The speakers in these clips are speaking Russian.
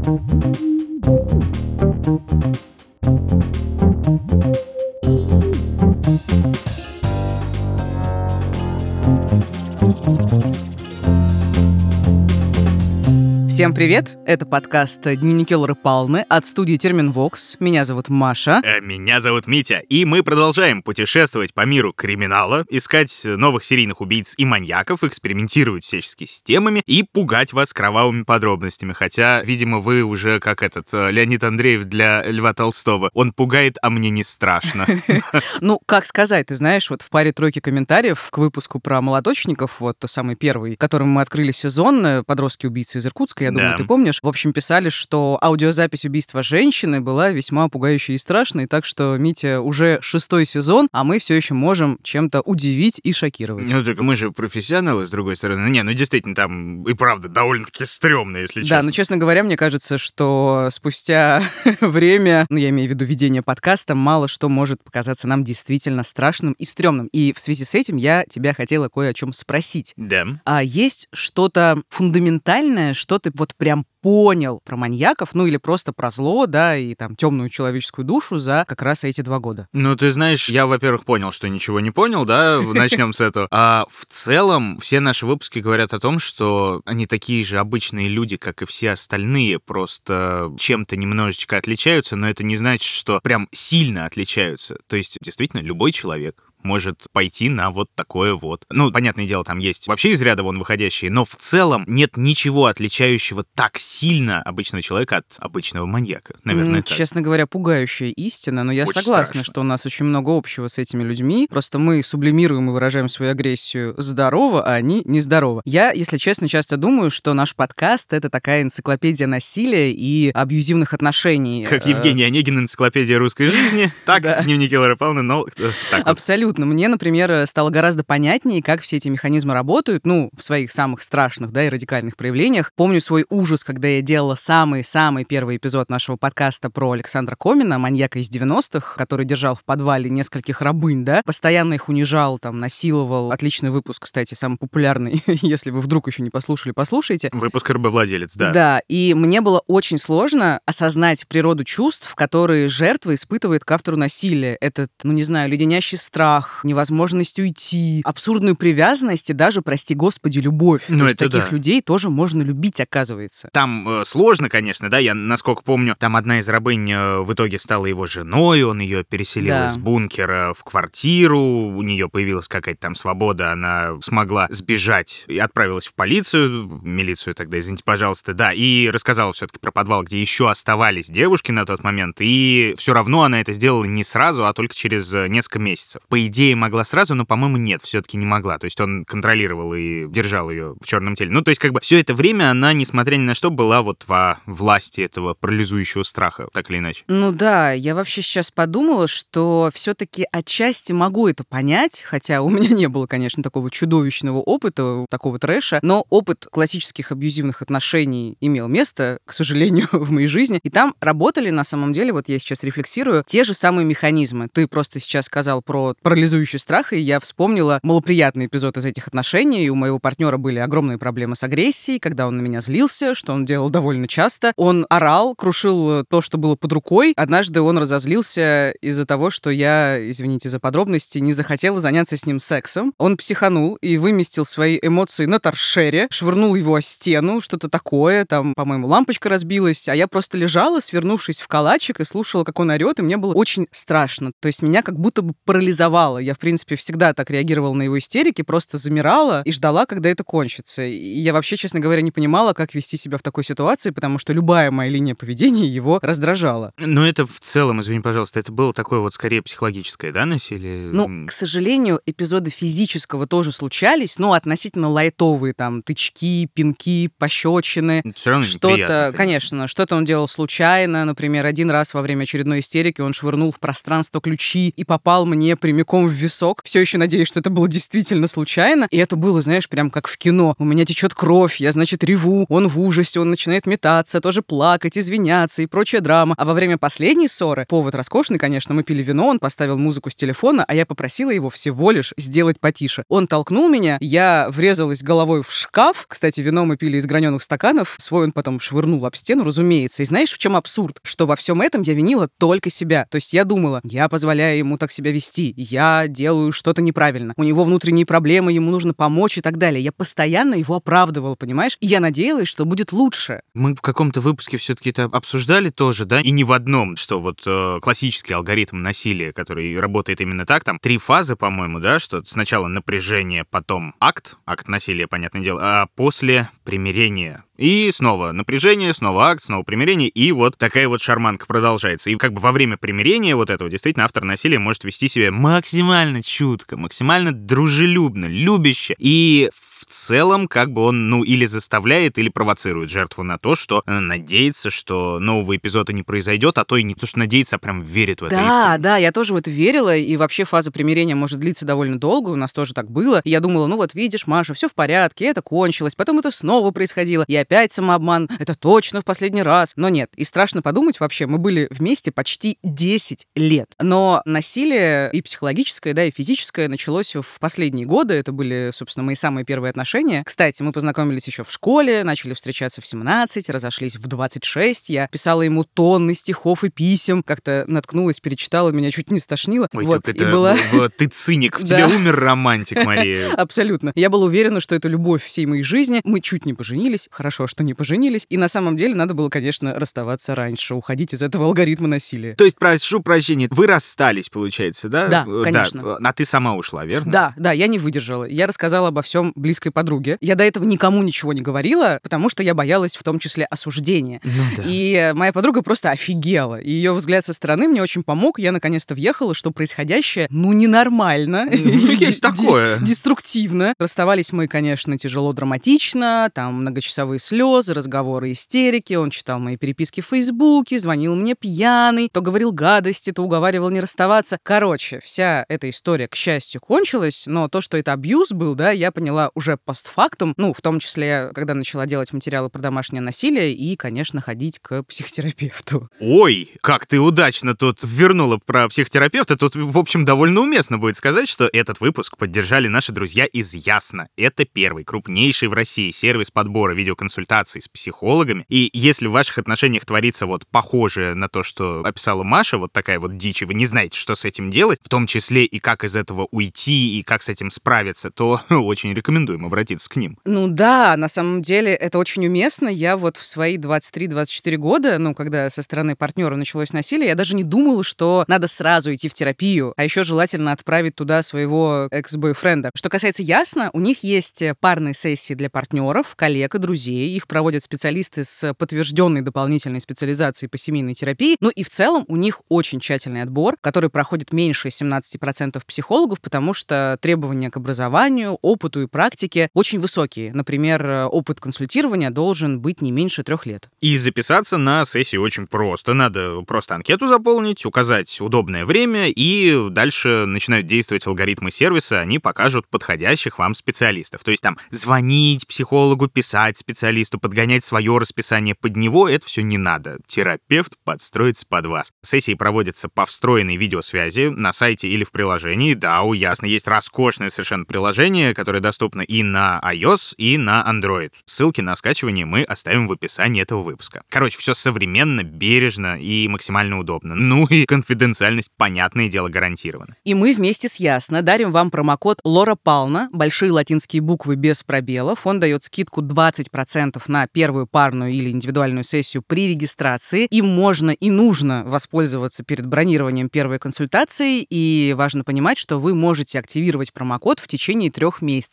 Всем привет! Это подкаст «Дневники Лоры Палны» от студии Терминвокс. Меня зовут Маша. Меня зовут Митя. И мы продолжаем путешествовать по миру криминала, искать новых серийных убийц и маньяков, экспериментировать всячески с темами и пугать вас кровавыми подробностями. Хотя, видимо, вы уже как Леонид Андреев для Льва Толстого. Он пугает, а мне не страшно. Ну, как сказать, ты знаешь, вот в паре-тройке комментариев к выпуску про молодочников, вот тот самый первый, которым мы открыли сезон, «Подростки-убийцы из Иркутска», я думаю, ты помнишь, в общем, писали, что аудиозапись убийства женщины была весьма пугающей и страшной, так что, Митя, уже 6-й сезон, а мы все еще можем чем-то удивить и шокировать. Ну, так мы же профессионалы, с другой стороны. Не, ну, действительно, там и правда довольно-таки стрёмно, если честно. Да, но, честно говоря, мне кажется, что спустя время, я имею в виду ведение подкаста, мало что может показаться нам действительно страшным и стрёмным. И в связи с этим я тебя хотела кое о чем спросить. Да. А есть что-то фундаментальное, что ты вот прям понял про маньяков, ну или просто про зло, да, и там темную человеческую душу за как раз эти 2 года? Ну, ты знаешь, я, во-первых, понял, что ничего не понял, да, начнем с этого. А в целом все наши выпуски говорят о том, что они такие же обычные люди, как и все остальные, просто чем-то немножечко отличаются, но это не значит, что прям сильно отличаются. То есть, действительно, любой человек может пойти на вот такое вот. Ну, понятное дело, там есть вообще из ряда вон выходящие, но в целом нет ничего отличающего так сильно обычного человека от обычного маньяка. Наверное, так. Честно говоря, пугающая истина, но я Очень согласна, страшно. что у нас очень много общего с этими людьми. Просто мы сублимируем и выражаем свою агрессию здорово, а они нездорово. Я, если честно, часто думаю, что наш подкаст — это такая энциклопедия насилия и абьюзивных отношений. Как Евгений Онегин, энциклопедия русской жизни, так дневники Лоры Павловны, но так вот. Абсолютно. Мне, например, стало гораздо понятнее, как все эти механизмы работают, ну, в своих самых страшных, да, и радикальных проявлениях. Помню свой ужас, когда я делала самый-самый первый эпизод нашего подкаста про Александра Комина, маньяка из 90-х, который держал в подвале нескольких рабынь, да, постоянно их унижал, там, насиловал. Отличный выпуск, кстати, самый популярный, если вы вдруг еще не послушали, послушайте. Выпуск «Рабовладелец», да. Да, и мне было очень сложно осознать природу чувств, которые жертва испытывает к автору насилия. Этот, леденящий страх, невозможность уйти, абсурдную привязанность и даже, прости господи, любовь. То есть таких людей тоже можно любить, оказывается. Там сложно, конечно, да, я, насколько помню, там одна из рабынь в итоге стала его женой, он ее переселил из бункера в квартиру, у нее появилась какая-то там свобода, она смогла сбежать и отправилась в милицию тогда, извините, пожалуйста, да, и рассказала все-таки про подвал, где еще оставались девушки на тот момент, и все равно она это сделала не сразу, а только через несколько месяцев. По идее, могла сразу, но, по-моему, нет, все-таки не могла. То есть он контролировал и держал ее в черном теле. Ну, то есть, все это время она, несмотря ни на что, была вот во власти этого парализующего страха, так или иначе. Ну да, я вообще сейчас подумала, что все-таки отчасти могу это понять, хотя у меня не было, конечно, такого чудовищного опыта, такого трэша, но опыт классических абьюзивных отношений имел место, к сожалению, в моей жизни. И там работали, на самом деле, вот я сейчас рефлексирую, те же самые механизмы. Ты просто сейчас сказал про парализующий страх, и я вспомнила малоприятный эпизод из этих отношений. У моего партнера были огромные проблемы с агрессией, когда он на меня злился, что он делал довольно часто. Он орал, крушил то, что было под рукой. Однажды он разозлился из-за того, что я, извините за подробности, не захотела заняться с ним сексом. Он психанул и выместил свои эмоции на торшере, швырнул его о стену, что-то такое, там, по-моему, лампочка разбилась, а я просто лежала, свернувшись в калачик, и слушала, как он орет, и мне было очень страшно. То есть меня как будто бы парализовало. Я, в принципе, всегда так реагировала на его истерики, просто замирала и ждала, когда это кончится. И я вообще, честно говоря, не понимала, как вести себя в такой ситуации, потому что любая моя линия поведения его раздражала. Но это в целом, извини, пожалуйста, это было такое вот скорее психологическое, да, насилие? Ну, к сожалению, эпизоды физического тоже случались, но относительно лайтовые, там, тычки, пинки, пощечины. Все равно что-то, конечно, что-то он делал случайно. Например, один раз во время очередной истерики он швырнул в пространство ключи и попал мне прямиком кулаком в висок. Все еще надеюсь, что это было действительно случайно. И это было, знаешь, прям как в кино. У меня течет кровь, я, значит, реву, он в ужасе, он начинает метаться, тоже плакать, извиняться и прочая драма. А во время последней ссоры, повод роскошный, конечно, мы пили вино, он поставил музыку с телефона, а я попросила его всего лишь сделать потише. Он толкнул меня, я врезалась головой в шкаф. Кстати, вино мы пили из граненых стаканов, свой он потом швырнул об стену, разумеется. И знаешь, в чем абсурд? Что во всем этом я винила только себя. То есть я думала, я позволяю ему так себя вести, я делаю что-то неправильно, у него внутренние проблемы, ему нужно помочь и так далее. Я постоянно его оправдывала, понимаешь? И я надеялась, что будет лучше. Мы в каком-то выпуске все-таки это обсуждали тоже, да? И не в одном, что вот классический алгоритм насилия, который работает именно так, там 3 фазы, по-моему, да, что сначала напряжение, потом акт насилия, понятное дело, а после примирения. И снова напряжение, снова акт, снова примирение, и вот такая вот шарманка продолжается. И как бы во время примирения вот этого действительно автор насилия может вести себя максимально чутко, максимально дружелюбно, любяще. И в целом как бы он, или заставляет, или провоцирует жертву на то, что надеется, что нового эпизода не произойдет, а то и не то, что надеется, а прям верит в это искренне. Да, я тоже в это верила, и вообще фаза примирения может длиться довольно долго, у нас тоже так было. И я думала, вот видишь, Маша, все в порядке, это кончилось, потом это снова происходило, и опять самообман, это точно в последний раз. Но нет, и страшно подумать вообще, мы были вместе почти 10 лет. Но насилие и психологическое, да, и физическое началось в последние годы, это были, собственно, мои самые первые отношения. Кстати, мы познакомились еще в школе, начали встречаться в 17, разошлись в 26, я писала ему тонны стихов и писем, как-то наткнулась, перечитала, меня чуть не стошнило. Ой, вот, это была... ты циник, в тебе умер романтик, Мария. Абсолютно. Я была уверена, что это любовь всей моей жизни. Мы чуть не поженились, хорошо, что не поженились, и на самом деле надо было, конечно, расставаться раньше, уходить из этого алгоритма насилия. То есть, прошу прощения, вы расстались, получается, да? Да, конечно. Да. А ты сама ушла, верно? Да, я не выдержала. Я рассказала обо всем близкой подруге. Я до этого никому ничего не говорила, потому что я боялась в том числе осуждения. Да. И моя подруга просто офигела. Ее взгляд со стороны мне очень помог. Я наконец-то въехала, что происходящее, ненормально. Есть такое. Деструктивно. Расставались мы, конечно, тяжело, драматично. Там многочасовые слезы, разговоры, истерики. Он читал мои переписки в Фейсбуке, звонил мне пьяный, то говорил гадости, то уговаривал не расставаться. Короче, вся эта история, к счастью, кончилась, но то, что это абьюз был, да, я поняла уже постфактум, в том числе, когда начала делать материалы про домашнее насилие и, конечно, ходить к психотерапевту. Ой, как ты удачно тут вернула про психотерапевта. Тут, в общем, довольно уместно будет сказать, что этот выпуск поддержали наши друзья из Ясно. Это первый, крупнейший в России сервис подбора видеоконсультаций с психологами. И если в ваших отношениях творится вот похожее на то, что описала Маша, вот такая вот дичь, и вы не знаете, что с этим делать, в том числе и как из этого уйти, и как с этим справиться, то очень рекомендуем обратиться к ним. Да, на самом деле это очень уместно. Я вот в свои 23-24 года, когда со стороны партнера началось насилие, я даже не думала, что надо сразу идти в терапию, а еще желательно отправить туда своего экс-бойфренда. Что касается Ясно, у них есть парные сессии для партнеров, коллег и друзей. Их проводят специалисты с подтвержденной дополнительной специализацией по семейной терапии. И в целом у них очень тщательный отбор, который проходит меньше 17% психологов, потому что требования к образованию, опыту и практике очень высокие. Например, опыт консультирования должен быть не меньше 3 лет. И записаться на сессию очень просто. Надо просто анкету заполнить, указать удобное время, и дальше начинают действовать алгоритмы сервиса, они покажут подходящих вам специалистов. То есть там звонить психологу, писать специалисту, подгонять свое расписание под него, это все не надо. Терапевт подстроится под вас. Сессии проводятся по встроенной видеосвязи на сайте или в приложении. Да, у Ясно есть роскошное совершенно приложение, которое доступно и на iOS, и на Android. Ссылки на скачивание мы оставим в описании этого выпуска. Короче, все современно, бережно и максимально удобно. И конфиденциальность, понятное дело, гарантирована. И мы вместе с Ясно дарим вам промокод Лора Пална, большие латинские буквы без пробелов. Он дает скидку 20% на первую парную или индивидуальную сессию при регистрации. Им можно и нужно воспользоваться перед бронированием первой консультации. И важно понимать, что вы можете активировать промокод в течение 3 месяцев, а использовать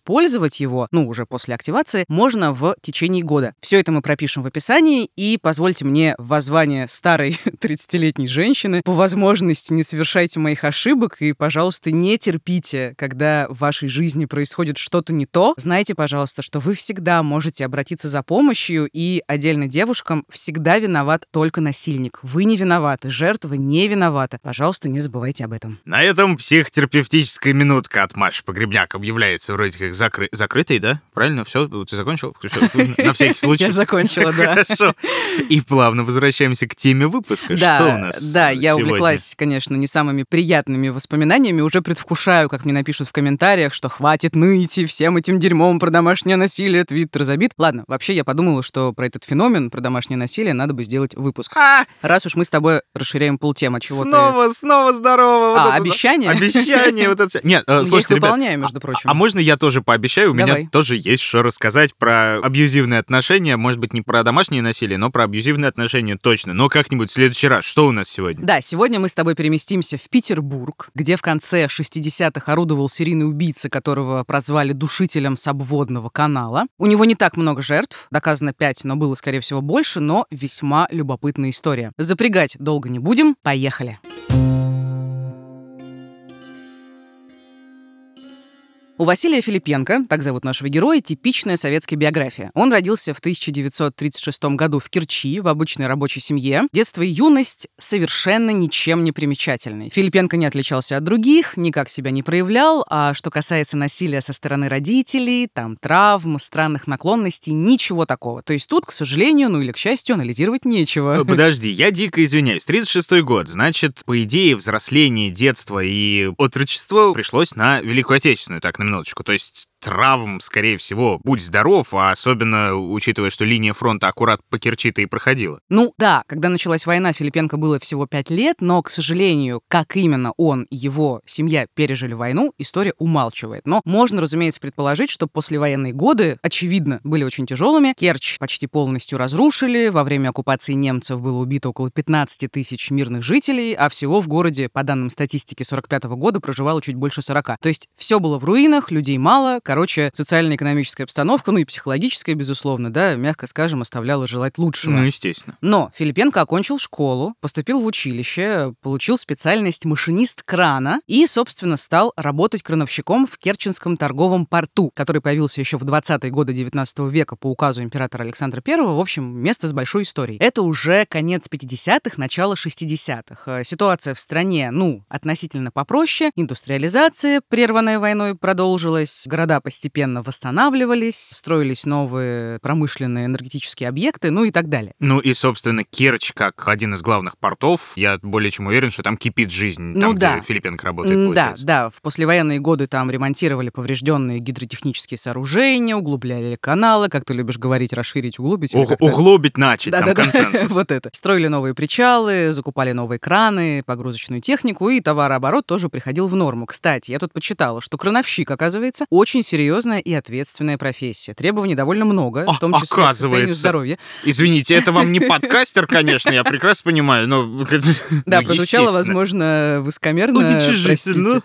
использовать его, уже после активации, можно в течение года. Все это мы пропишем в описании, и позвольте мне в воззвание старой 30-летней женщины по возможности не совершайте моих ошибок и, пожалуйста, не терпите, когда в вашей жизни происходит что-то не то. Знайте, пожалуйста, что вы всегда можете обратиться за помощью, и отдельно девушкам всегда виноват только насильник. Вы не виноваты, жертва не виновата. Пожалуйста, не забывайте об этом. На этом психотерапевтическая минутка от Маши Погребняк объявляется вроде как закрытой, да? Правильно? Все? Ты закончил? На всякий случай. Я закончила, да. Хорошо. И плавно возвращаемся к теме выпуска. Что у нас Да, я сегодня? увлеклась, конечно, не самыми приятными воспоминаниями. Уже предвкушаю, как мне напишут в комментариях, что хватит ныть и всем этим дерьмом про домашнее насилие, Твиттер забит. Ладно, вообще я подумала, что про этот феномен, про домашнее насилие надо бы сделать выпуск. Раз уж мы с тобой расширяем полтемы, чего Снова здорово. Обещание? Обещание, вот это. Нет, я их слушайте, ребят, выполняю, между прочим. А можно я тоже пообещаю? У Давай. меня тоже есть что рассказать про абьюзивные отношения. Может быть, не про домашнее насилие, но про абьюзивные отношения точно. Но как-нибудь в следующий раз. Что у нас сегодня? Да, сегодня мы с тобой переместимся в Петербург, где в конце 60-х орудовал серийный убийца, которого прозвали душителем с обводного канала. У него не так много жертв, доказано 5, но было, скорее всего, больше, но весьма любопытная история. Запрягать долго не будем, поехали. У Василия Филипенко, так зовут нашего героя, типичная советская биография. Он родился в 1936 году в Керчи, в обычной рабочей семье. Детство и юность совершенно ничем не примечательные. Филипенко не отличался от других, никак себя не проявлял, а что касается насилия со стороны родителей, травм, странных наклонностей, ничего такого. То есть тут, к сожалению, или к счастью, анализировать нечего. Подожди, я дико извиняюсь. 36-й год, значит, по идее, взросление, детство и отрочество пришлось на Великую Отечественную, так, на минуточку. То есть травм, скорее всего, будь здоров, а особенно учитывая, что линия фронта аккурат по Керчи-то и проходила. Да, когда началась война, Филипенко было всего 5 лет, но, к сожалению, как именно он и его семья пережили войну, история умалчивает. Но можно, разумеется, предположить, что послевоенные годы, очевидно, были очень тяжелыми. Керчь почти полностью разрушили, во время оккупации немцев было убито около 15 тысяч мирных жителей, а всего в городе, по данным статистики 45 года, проживало чуть больше 40. То есть все было в руинах, людей мало, социально-экономическая обстановка, и психологическая, безусловно, мягко скажем, оставляла желать лучшего. Естественно. Но Филипенко окончил школу, поступил в училище, получил специальность машинист крана и, собственно, стал работать крановщиком в Керченском торговом порту, который появился еще в 20-е годы 19 века по указу императора Александра I. В общем, место с большой историей. Это уже конец 50-х, начало 60-х. Ситуация в стране, относительно попроще. Индустриализация, прерванная войной, продолжилась. Города постепенно восстанавливались, строились новые промышленные энергетические объекты, и так далее. И, собственно, Керчь, как один из главных портов, я более чем уверен, что там кипит жизнь, где Филипенко работает, получается. Да, в послевоенные годы там ремонтировали поврежденные гидротехнические сооружения, углубляли каналы, как ты любишь говорить, расширить, углубить. Углубить начать, консенсус. Вот это. Строили новые причалы, закупали новые краны, погрузочную технику, и товарооборот тоже приходил в норму. Кстати, я тут почитала, что крановщик, оказывается, очень серьезная и ответственная профессия. Требований довольно много, в том числе к состоянию здоровья. Извините, это вам не подкастер, конечно, я прекрасно понимаю, но... Да, прозвучало, возможно, высокомерно, простите.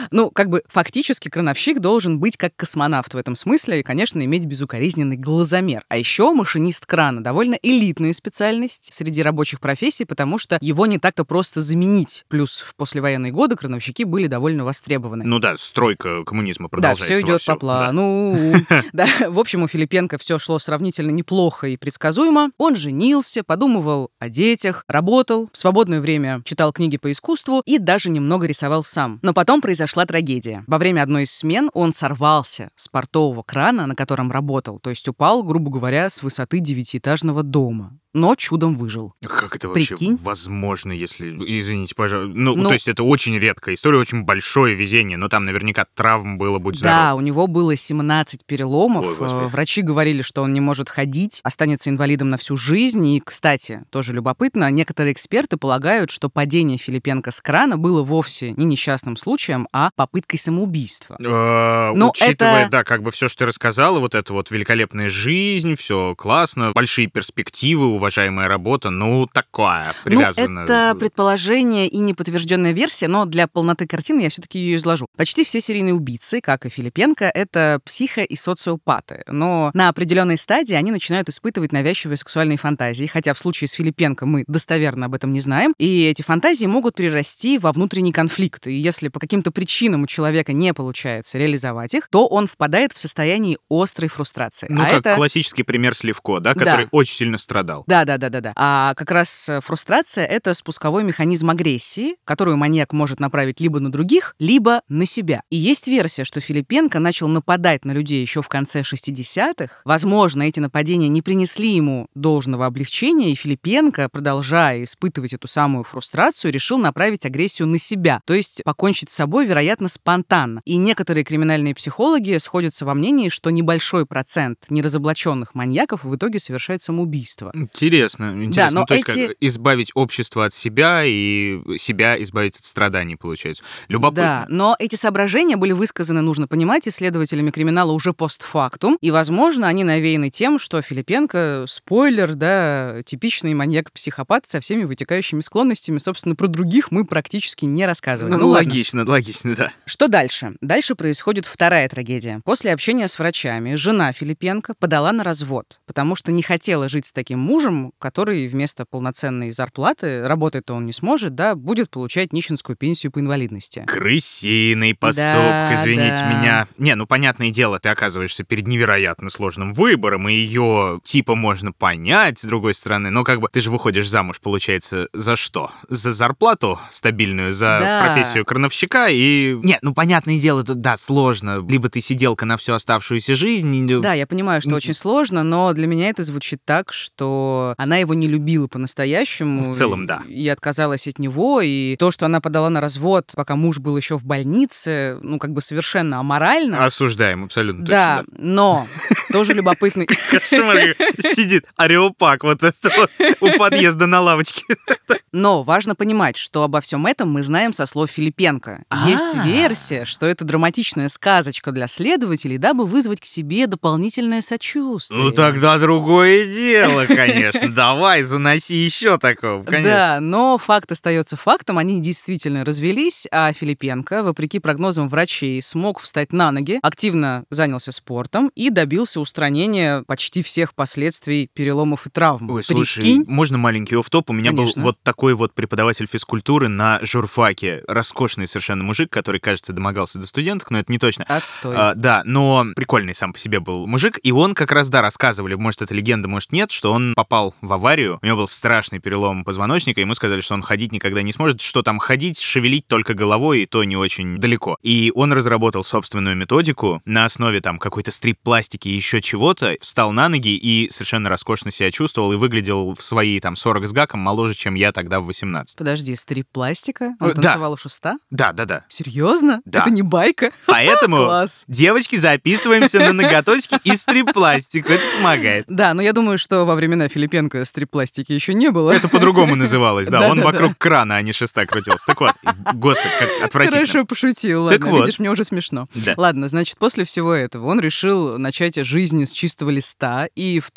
Фактически крановщик должен быть как космонавт в этом смысле и, конечно, иметь безукоризненный глазомер. А еще машинист крана — довольно элитная специальность среди рабочих профессий, потому что его не так-то просто заменить. Плюс в послевоенные годы крановщики были довольно востребованы. Стройка коммунизма продолжается. Да, все идет по плану. Да, в общем, у Филипенко все шло сравнительно неплохо и предсказуемо. Он женился, подумывал о детях, работал, в свободное время читал книги по искусству и даже немного рисовал сам. Но потом произошла трагедия. Во время одной из смен он сорвался с портового крана, на котором работал, то есть упал, грубо говоря, с высоты 9-этажного дома. Но чудом выжил. Как это вообще возможно, если... Извините, пожалуйста. То есть это очень редкая история, очень большое везение, но там наверняка травм было, будь здоров. Да, у него было 17 переломов. Врачи говорили, что он не может ходить, останется инвалидом на всю жизнь. И, кстати, тоже любопытно, некоторые эксперты полагают, что падение Филипенко с крана было вовсе не несчастным случаем, а попыткой самоубийства. Учитывая, все, что ты рассказала, вот эта вот великолепная жизнь, все классно, большие перспективы, уважаемая работа, такая, привязана. Это предположение и неподтвержденная версия, но для полноты картины я все-таки ее изложу. Почти все серийные убийцы, как и Филипенко, это психо- и социопаты. Но на определенной стадии они начинают испытывать навязчивые сексуальные фантазии, хотя в случае с Филипенко мы достоверно об этом не знаем, и эти фантазии могут перерасти во внутренний конфликт. И если по каким-то причинам у человека не получается реализовать их, то он впадает в состояние острой фрустрации. Как классический пример Сливко, да, который очень сильно страдал. Да. А как раз фрустрация — это спусковой механизм агрессии, которую маньяк может направить либо на других, либо на себя. И есть версия, что Филипенко начал нападать на людей еще в конце 60-х. Возможно, эти нападения не принесли ему должного облегчения, и Филипенко, продолжая испытывать эту самую фрустрацию, решил направить агрессию на себя, то есть покончить с собой, вероятно, спонтанно. И некоторые криминальные психологи сходятся во мнении, что небольшой процент неразоблаченных маньяков в итоге совершает самоубийство. Интересно. Да, но то есть как избавить общество от себя и себя избавить от страданий, получается. Любопытно. Да, но эти соображения были высказаны, нужно понимать, исследователями криминала уже постфактум, и, возможно, они навеяны тем, что Филипенко, спойлер, да, типичный маньяк-психопат со всеми вытекающими склонностями. Собственно, про других мы практически не рассказываем. Логично, да. Что дальше? Дальше происходит вторая трагедия. После общения с врачами жена Филипенко подала на развод, потому что не хотела жить с таким мужем, который вместо полноценной зарплаты, работать-то он не сможет, да, будет получать нищенскую пенсию по инвалидности. Крысиный поступок, извините меня. Понятное дело, ты оказываешься перед невероятно сложным выбором, и ее типа можно понять, с другой стороны, но ты же выходишь замуж, получается, за что? За зарплату стабильную, за профессию крановщика и... понятное дело, тут, сложно. Либо ты сиделка на всю оставшуюся жизнь. Да, я понимаю, что очень сложно, но для меня это звучит так, что она его не любила по-настоящему. В целом, да. И отказалась от него, и то, что она подала на развод, пока муж был еще в больнице, совершенно аморально. Осуждаем, абсолютно да, точно. Да, но тоже любопытный... Кошмар, сидит Ареопаг у подъезда на лавочке. Но важно понимать, что обо всем этом мы знаем со слов Филипенко. Есть версия, что это драматичная сказочка для следователей, дабы вызвать к себе дополнительное сочувствие. Тогда другое дело, конечно. Давай, заноси еще такого, конечно. Да, но факт остается фактом. Они действительно развелись, а Филипенко, вопреки прогнозам врачей, смог встать на ноги, активно занялся спортом и добился устранения почти всех последствий переломов и травм. Ой, слушай, можно маленький офф-топ? У меня Конечно. был вот такой вот преподаватель физкультуры на журфаке. Роскошный совершенно мужик, который, кажется, домогался до студенток, но это не точно. Отстой. Да, но прикольный сам по себе был мужик, и он как раз, рассказывали, может, это легенда, может, нет, что он попал в аварию, у него был страшный перелом позвоночника, ему сказали, что он ходить никогда не сможет, что там ходить, шевелить только головой, и то не очень далеко. И он разработал собственную методику на основе какой-то стрип-пластики и еще чего-то, встал на ноги и совершенно роскошно себя чувствовал и выглядел в свои 40 с гаком моложе, чем я тогда в 18. Подожди, стрип-пластика? Он танцевал у шеста? Да. Серьезно? Да. Это не байка? Поэтому, Класс. девочки, записываемся на ноготочки и стрип-пластику. Это помогает. Да, но я думаю, что во времена Филипенко стрип-пластики еще не было. Это по-другому называлось, да. Он Да. вокруг крана, а не шеста крутился. Так вот, господи, как отвратительно. Хорошо пошутил, Так ладно. вот. Видишь, мне уже смешно. Да. Ладно, значит, после всего этого он решил начать жизнь с чистого листа и в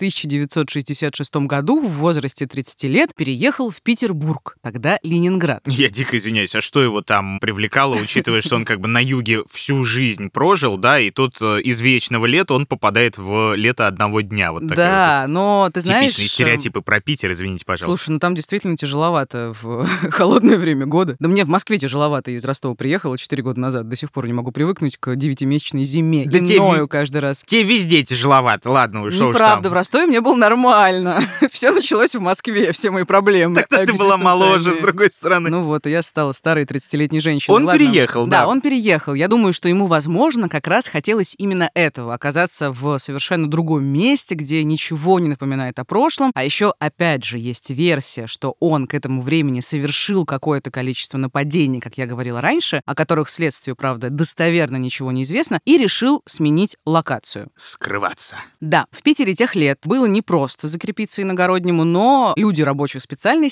1966 году в возрасте 30 лет переехал в Петербург, тогда Ленинград. Я дико извиняюсь, а что его там привлекало, учитывая, что он на юге всю жизнь прожил, да, и тут из вечного лета он попадает в лето одного дня. Вот такая Да, но ты знаешь... Типичные стереотипы про Питер, извините, пожалуйста. Слушай, там действительно тяжеловато в холодное время года. Да мне в Москве тяжеловато, из Ростова приехала 4 года назад, до сих пор не могу привыкнуть к 9-месячной зиме. Да и ною каждый раз. Тебе везде тяжеловато, ладно уж, что уж Неправда, там. в Ростове мне было нормально. Все началось в Москве, все мои проблемы. Тогда ты была моложе, с другой стороны. Ну вот, и я стала старой 30-летней женщиной. Он переехал, да. Да, он переехал. Я думаю, что ему, возможно, как раз хотелось именно этого. Оказаться в совершенно другом месте, где ничего не напоминает о прошлом. А еще, опять же, есть версия, что он к этому времени совершил какое-то количество нападений, как я говорила раньше, о которых следствию, правда, достоверно ничего не известно, и решил сменить локацию. Скрываться. Да, в Питере тех лет было непросто закрепиться иногороднему, но люди рабочих специальностей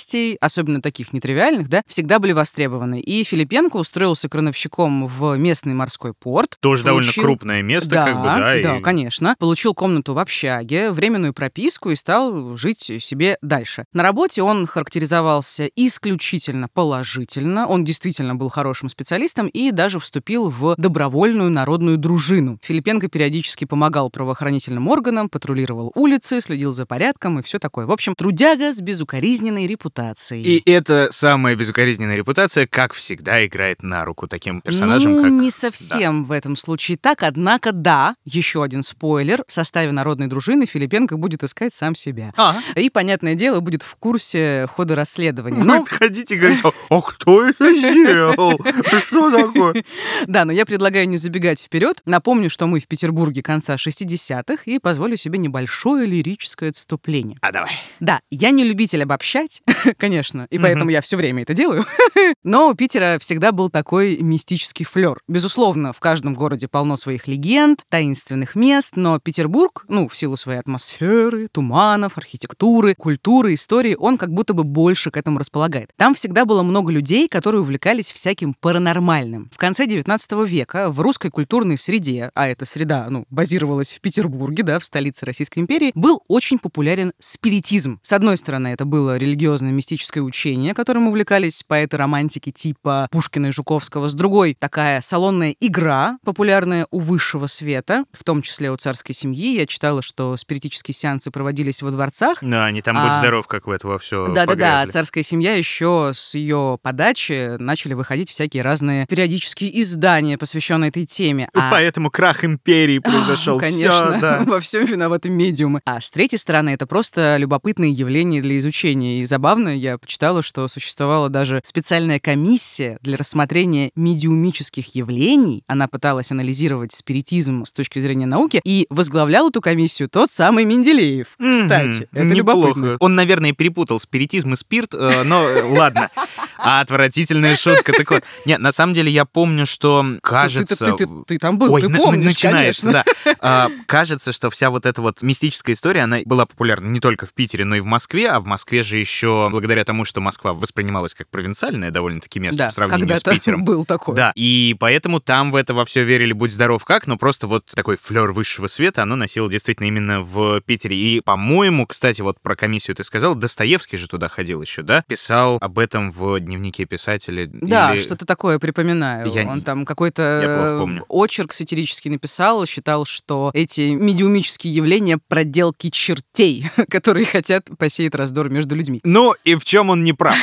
особенно таких нетривиальных, да, всегда были востребованы. И Филипенко устроился крановщиком в местный морской порт. Тоже довольно крупное место, да, как бы, да? Да, конечно. Получил комнату в общаге, временную прописку и стал жить себе дальше. На работе он характеризовался исключительно положительно. Он действительно был хорошим специалистом и даже вступил в добровольную народную дружину. Филипенко периодически помогал правоохранительным органам, патрулировал улицы, следил за порядком и все такое. В общем, трудяга с безукоризненной репутацией. И эта самая безукоризненная репутация, как всегда, играет на руку таким персонажам, как... не совсем в этом случае так, однако, да, еще один спойлер, в составе народной дружины Филипенко будет искать сам себя. И, понятное дело, будет в курсе хода расследования. Будет ходить и говорить, а кто это сделал? Что такое? Да, но я предлагаю не забегать вперед. Напомню, что мы в Петербурге конца 60-х, и позволю себе небольшое лирическое отступление. Давай. Да, я не любитель обобщать, конечно, и поэтому я все время это делаю. Но у Питера всегда был такой мистический флер. Безусловно, в каждом городе полно своих легенд, таинственных мест, но Петербург, в силу своей атмосферы, туманов, архитектуры, культуры, истории, он как будто бы больше к этому располагает. Там всегда было много людей, которые увлекались всяким паранормальным. В конце 19 века в русской культурной среде, а эта среда, базировалась в Петербурге, да, в столице Российской империи, был очень популярен спиритизм. С одной стороны, это было религиозное мистическое учение, которым увлекались поэты-романтики типа Пушкина и Жуковского. С другой, такая салонная игра, популярная у высшего света, в том числе у царской семьи. Я читала, что спиритические сеансы проводились во дворцах. Да, они там, будь здоров, как в это во все погрязли. Да, царская семья еще с ее подачи начали выходить всякие разные периодические издания, посвященные этой теме. Поэтому крах империи произошел. Конечно, всё, да. во всем виноваты медиумы. А с третьей стороны, это просто любопытные явления для изучения. И забавно, я почитала, что существовала даже специальная комиссия для рассмотрения медиумических явлений. Она пыталась анализировать спиритизм с точки зрения науки, и возглавлял эту комиссию тот самый Менделеев. Кстати, это любопытно. Он, наверное, перепутал спиритизм и спирт, но ладно. Отвратительная шутка. Так вот, нет, на самом деле я помню, что кажется... Ты там был, ты помнишь, начинается, конечно. Да. Кажется, что вся вот эта вот мистическая история, она была популярна не только в Питере, но и в Москве, а в Москве же еще, благодаря тому, что Москва воспринималась как провинциальное довольно-таки место по сравнению с Питером. Был такой. Да, и поэтому там в это во все верили, будь здоров как, но просто вот такой флер высшего света, оно носило действительно именно в Питере. И, по-моему, кстати, вот про комиссию ты сказал, Достоевский же туда ходил еще, да? Писал об этом в дневнике писателя. Да, что-то такое припоминаю. Он там какой-то очерк сатирический написал, считал, что эти медиумические явления — проделки чертей, которые хотят посеять раздор между людьми. Ну, и в чем он не прав?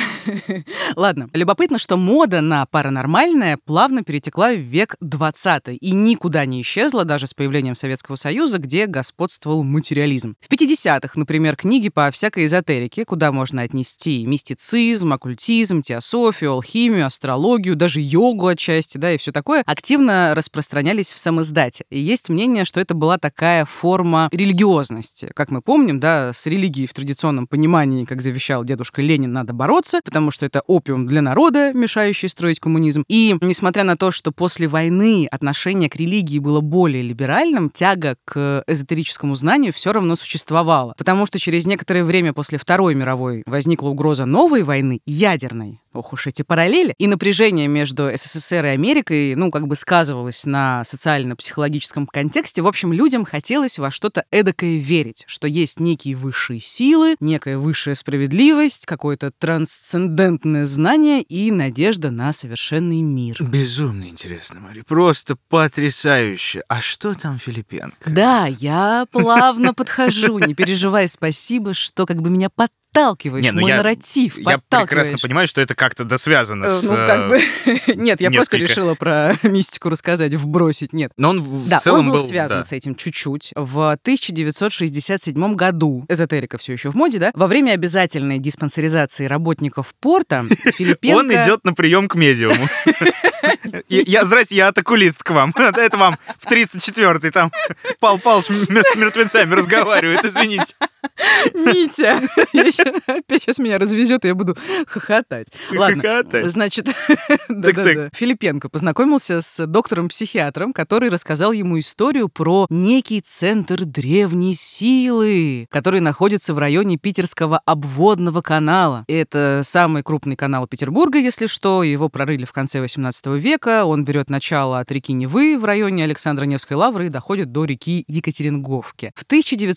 Ладно. Любопытно, что мода на паранормальное плавно перетекла в век 20 и никуда не исчезла даже с появлением Советского Союза, где господствовал материализм. В 50-х, например, книги по всякой эзотерике, куда можно отнести мистицизм, оккультизм, теософию, алхимию, астрологию, даже йогу отчасти, да, и все такое, активно распространялись в самиздате. И есть мнение, что это была такая форма религиозности. Как мы помним, да, с религией в традиционном понимании, как завещал дедушка Ленин, надо бороться, потому что это опиум для народа, мешающий строить коммунизм. И несмотря на то, что после войны отношение к религии было более либеральным, тяга к эзотерическому знанию все равно существовала. Потому что через некоторое время после Второй мировой возникла угроза новой войны, ядерной. Ох уж эти параллели. И напряжение между СССР и Америкой, сказывалось на социально-психологическом контексте. В общем, людям хотелось во что-то эдакое верить, что есть некие высшие силы, некая высшая справедливость, какое-то трансцендентное знание и надежда на совершенный мир. Безумно интересно, Мари. Просто потрясающе. А что там Филипенко? Да, я плавно подхожу. Не переживай, спасибо, что меня подталкиваешь, мой нарратив подталкиваешь. Я прекрасно понимаю, что это как-то досвязано с... Нет, я просто решила про мистику рассказать, вбросить, нет. Но он в целом был связан с этим чуть-чуть. В 1967 году, эзотерика все еще в моде, да, во время обязательной диспансеризации работников порта Филипенко... Он идет на прием к медиуму. Здрасте, я оккулист к вам. Это вам в 304-й, там Пал Палыч с мертвецами разговаривает, извините. Митя, я Опять сейчас меня развезет, и я буду хохотать. Ладно, значит, Филипенко познакомился с доктором-психиатром, который рассказал ему историю про некий центр древней силы, который находится в районе Питерского обводного канала. Это самый крупный канал Петербурга, если что. Его прорыли в конце 18 века. Он берет начало от реки Невы в районе Александро-Невской лавры и доходит до реки Екатеринговки. В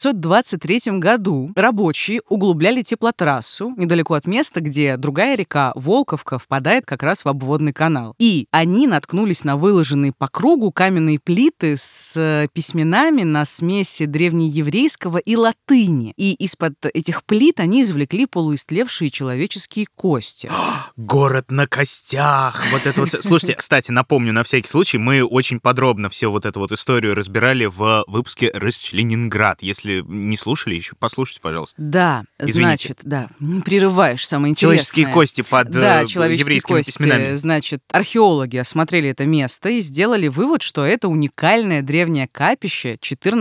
1923 году рабочие углубляли теплотрассу недалеко от места, где другая река Волковка впадает как раз в обводный канал. И они наткнулись на выложенные по кругу каменные плиты с письменами на смеси древнееврейского и латыни. И из-под этих плит они извлекли полуистлевшие человеческие кости. Город на костях! Вот это вот. Слушайте, кстати, напомню, на всякий случай, мы очень подробно всю вот эту вот историю разбирали в выпуске «Рысь Ленинград». Если не слушали еще, послушайте, пожалуйста. Да, извините. Значит, да, прерываешь, самое интересное. Человеческие кости под еврейскими письменами. Значит, археологи осмотрели это место и сделали вывод, что это уникальное древнее капище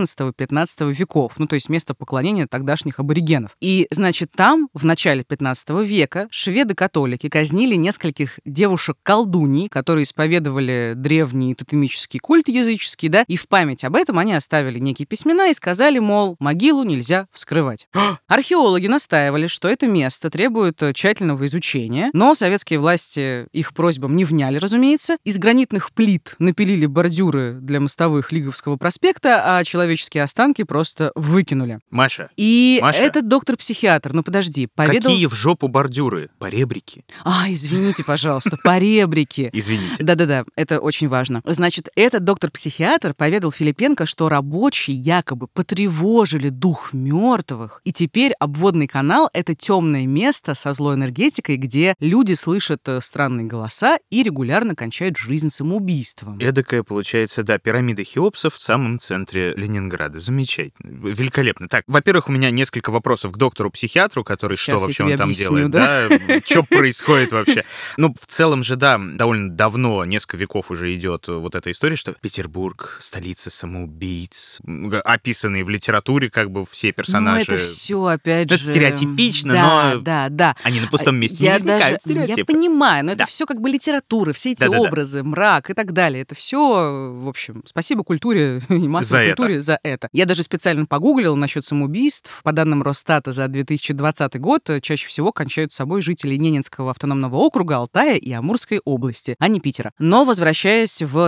14-15 веков, ну, то есть место поклонения тогдашних аборигенов. И, значит, там в начале 15 века шведы-католики казнили нескольких девушек-колдуней, которые исповедовали древний тотемический культ языческий, да, и в память об этом они оставили некие письмена и сказали, мол, могилу нельзя вскрывать. Археологи настаивали, что это место требует тщательного изучения, но советские власти их просьбам не вняли, разумеется. Из гранитных плит напилили бордюры для мостовых Лиговского проспекта, а человеческие останки просто выкинули. Маша. Этот доктор-психиатр, ну подожди, поведал... Какие в жопу бордюры? Поребрики. Извините, пожалуйста, поребрики. Извините. Да-да-да, это очень важно. Значит, этот доктор-психиатр поведал Филипенко, что рабочие якобы потревожили дух мертвых, и теперь обводный канал — это темное место со злой энергетикой, где люди слышат странные голоса и регулярно кончают жизнь самоубийством. Эдакая, получается, да, пирамида Хеопса в самом центре Ленинграда. Замечательно. Великолепно. Так, во-первых, у меня несколько вопросов к доктору-психиатру, который Сейчас что вообще он там объясню, делает, да? Что происходит вообще? Ну, в целом же, да, довольно давно, несколько веков уже идет вот эта история, что Петербург — столица самоубийц, описанные в литературе как бы все персонажи. Ну, это все, опять же... Это стереотипично, но да. Они на пустом месте не возникают стереотипы. Я понимаю, но это все как бы литература, все эти образы, мрак и так далее. Это все, в общем, спасибо культуре и массовой культуре за это. Я даже специально погуглила насчет самоубийств. По данным Росстата за 2020 год чаще всего кончают собой жители Ненецкого автономного округа, Алтая и Амурской области, а не Питера. Но возвращаясь в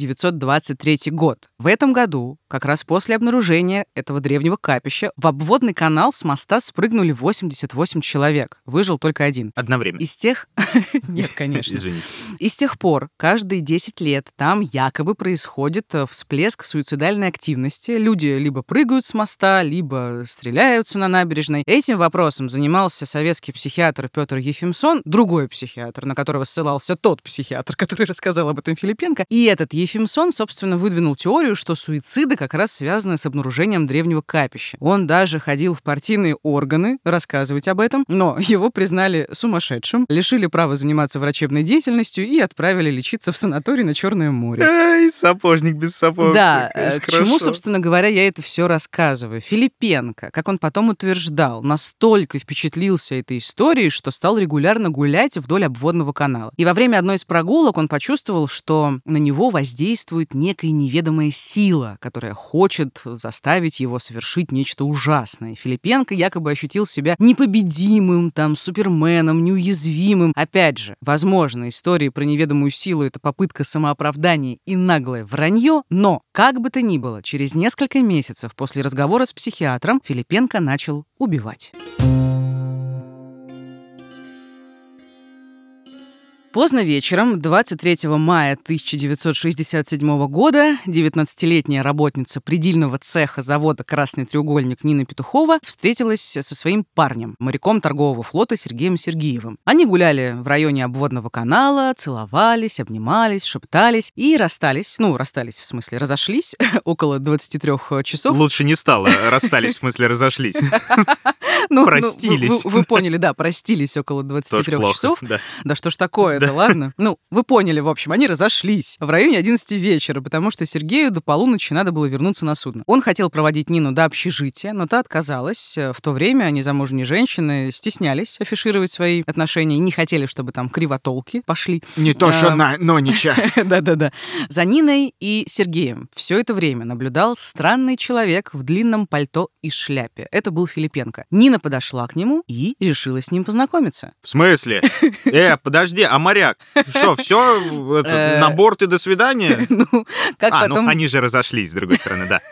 1923 год. В этом году, как раз после обнаружения этого древнего капища, в обводный канал с моста спрыгнули 88 человек. Выжил только один. Одновременно. Из тех... Нет, конечно. Извините. И с тех пор, каждые 10 лет там якобы происходит всплеск суицидальной активности. Люди либо прыгают с моста, либо стреляются на набережной. Этим вопросом занимался советский психиатр Петр Ефимсон, другой психиатр, на которого ссылался тот психиатр, который рассказал об этом Филипенко. И этот Ефимсон, собственно, выдвинул теорию, что суициды как раз связаны с обнаружением древнего капища. Он даже ходил в партийные органы рассказывать об этом, но его признали сумасшедшим, лишили права заниматься врачебной деятельностью и отправили лечиться в санаторий на Черное море. Ай, сапожник без сапог. Да, к чему, собственно говоря, я это все рассказываю. Филипенко, как он потом утверждал, настолько впечатлился этой историей, что стал регулярно гулять вдоль обводного канала. И во время одной из прогулок он почувствовал, что на него воздействует некая неведомая сила, которая хочет заставить его совершить нечто ужасное. Филипенко якобы ощутил себя непобедимым, там, суперменом, неуязвимым. Опять же, возможно, истории про неведомую силу — это попытка самооправдания и наглое вранье, но, как бы то ни было, через несколько месяцев после разговора с психиатром Филипенко начал убивать. Поздно вечером, 23 мая 1967 года, 19-летняя работница предельного цеха завода «Красный треугольник» Нина Петухова встретилась со своим парнем, моряком торгового флота Сергеем Сергеевым. Они гуляли в районе обводного канала, целовались, обнимались, шептались и расстались. Ну, расстались, в смысле, разошлись около 23 часов. Лучше не стало, расстались, в смысле, разошлись. Простились. Вы поняли, да, простились около 23 часов. Да что ж такое-то, Да. ладно? Вы поняли, в общем, они разошлись в районе 11 вечера, потому что Сергею до полуночи надо было вернуться на судно. Он хотел проводить Нину до общежития, но та отказалась. В то время незамужние женщины стеснялись афишировать свои отношения и не хотели, чтобы там кривотолки пошли. Не то, что Нонича. Да-да-да. За Ниной и Сергеем все это время наблюдал странный человек в длинном пальто и шляпе. Это был Филипенко. Нина подошла к нему и решила с ним познакомиться. В смысле? Подожди, а моряк? Что, все? На борт и до свидания? Они же разошлись, с другой стороны, да.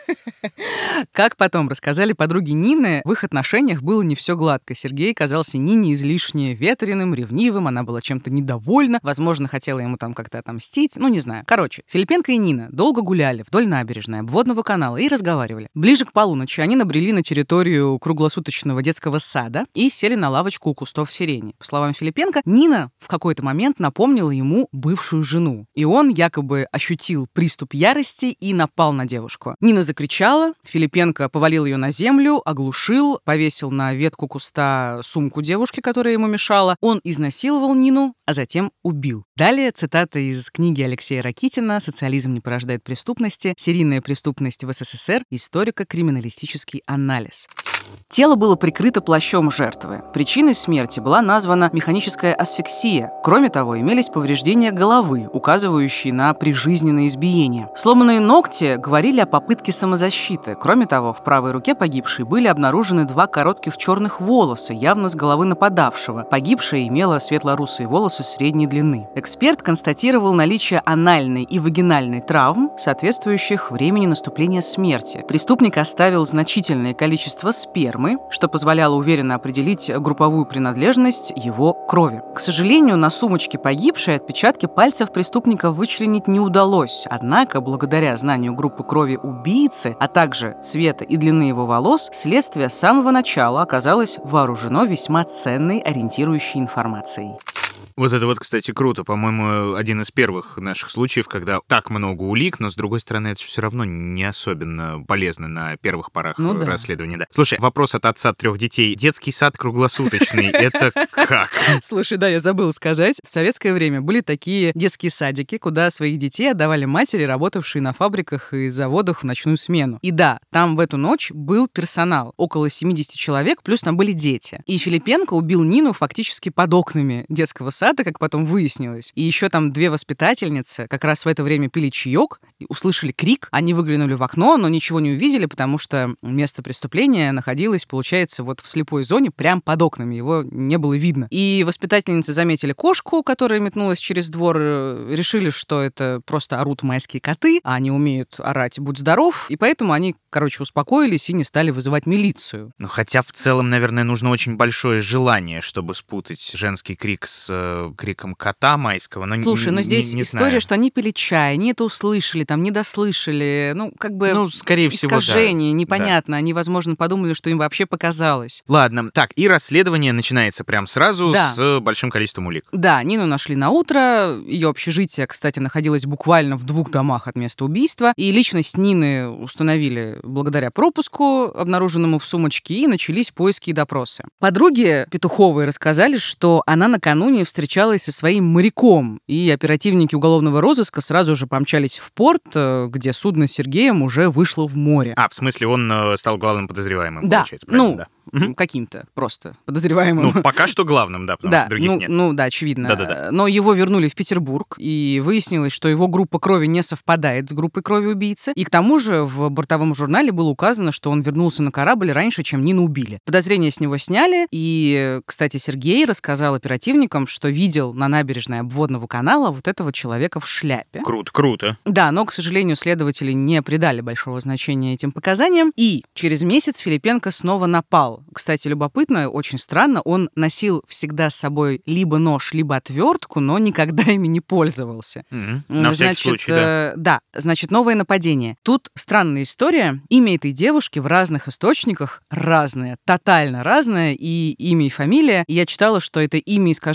Как потом рассказали подруги Нины, в их отношениях было не все гладко. Сергей казался Нине излишне ветреным, ревнивым, она была чем-то недовольна, возможно, хотела ему там как-то отомстить, не знаю. Короче, Филипенко и Нина долго гуляли вдоль набережной обводного канала и разговаривали. Ближе к полуночи они набрели на территорию круглосуточного детского сада и сели на лавочку у кустов сирени. По словам Филипенко, Нина в какой-то момент напомнила ему бывшую жену, и он якобы ощутил приступ ярости и напал на девушку. Нина закричала, Филипенко повалил ее на землю, оглушил, повесил на ветку куста сумку девушки, которая ему мешала. Он изнасиловал Нину, а затем убил. Далее цитата из книги Алексея Ракитина «Социализм не порождает преступности. Серийная преступность в СССР. Историко-криминалистический анализ». Тело было прикрыто плащом жертвы. Причиной смерти была названа механическая асфиксия. Кроме того, имелись повреждения головы, указывающие на прижизненное избиение. Сломанные ногти говорили о попытке самозащиты. Кроме того, в правой руке погибшей были обнаружены 2 коротких черных волоса, явно с головы нападавшего. Погибшая имела светло-русые волосы средней длины. Эксперт констатировал наличие анальной и вагинальной травм, соответствующих времени наступления смерти. Преступник оставил значительное количество спермы, что позволяло уверенно определить групповую принадлежность его крови. К сожалению, на сумочке погибшей отпечатки пальцев преступника вычленить не удалось. Однако, благодаря знанию группы крови убийцы, а также цвета и длины его волос, следствие с самого начала оказалось вооружено весьма ценной ориентирующей информацией. Вот это кстати, круто. По-моему, один из первых наших случаев, когда так много улик, но, с другой стороны, это все равно не особенно полезно на первых порах расследования. Да. Слушай, вопрос от отца 3 детей. Детский сад круглосуточный, это как? Слушай, да, я забыла сказать. В советское время были такие детские садики, куда своих детей отдавали матери, работавшие на фабриках и заводах в ночную смену. И да, там в эту ночь был персонал. Около 70 человек, плюс там были дети. И Филипенко убил Нину фактически под окнами детского сада, как потом выяснилось. И еще там 2 воспитательницы как раз в это время пили чаек и услышали крик. Они выглянули в окно, но ничего не увидели, потому что место преступления находилось, получается, в слепой зоне, прямо под окнами. Его не было видно. И воспитательницы заметили кошку, которая метнулась через двор, решили, что это просто орут майские коты, а они умеют орать «будь здоров», и поэтому они, успокоились и не стали вызывать милицию. Хотя в целом, наверное, нужно очень большое желание, чтобы спутать женский крик с криком кота майского. Но слушай, но здесь история, знаю. Что они пили чай, они это услышали, там, не дослышали, скорее всего, искажение, непонятно. Да. Они, возможно, подумали, что им вообще показалось. Ладно, так, и расследование начинается прям сразу с большим количеством улик. Да, Нину нашли на утро, ее общежитие, кстати, находилось буквально в 2 домах от места убийства, и личность Нины установили благодаря пропуску, обнаруженному в сумочке, и начались поиски и допросы. Подруги Петуховой рассказали, что она накануне встречалась со своим моряком, и оперативники уголовного розыска сразу же помчались в порт, где судно с Сергеем уже вышло в море. В смысле, он стал главным подозреваемым, да. Получается, правильно? Да. Каким-то просто подозреваемым. Пока что главным, да, потому что других нет. Да, очевидно. Да. Но его вернули в Петербург, и выяснилось, что его группа крови не совпадает с группой крови убийцы. И к тому же в бортовом журнале было указано, что он вернулся на корабль раньше, чем Нину убили. Подозрения с него сняли, и, кстати, Сергей рассказал оперативникам, что видел на набережной обводного канала этого человека в шляпе. Круто. Да, но, к сожалению, следователи не придали большого значения этим показаниям, и через месяц Филипенко снова напал. Кстати, любопытно, очень странно, он носил всегда с собой либо нож, либо отвертку, но никогда ими не пользовался. На всякий случай, да. Да, значит, новое нападение. Тут странная история. Имя этой девушки в разных источниках разное, тотально разное, и имя, и фамилия. И я читала, что это имя искажают умышленно,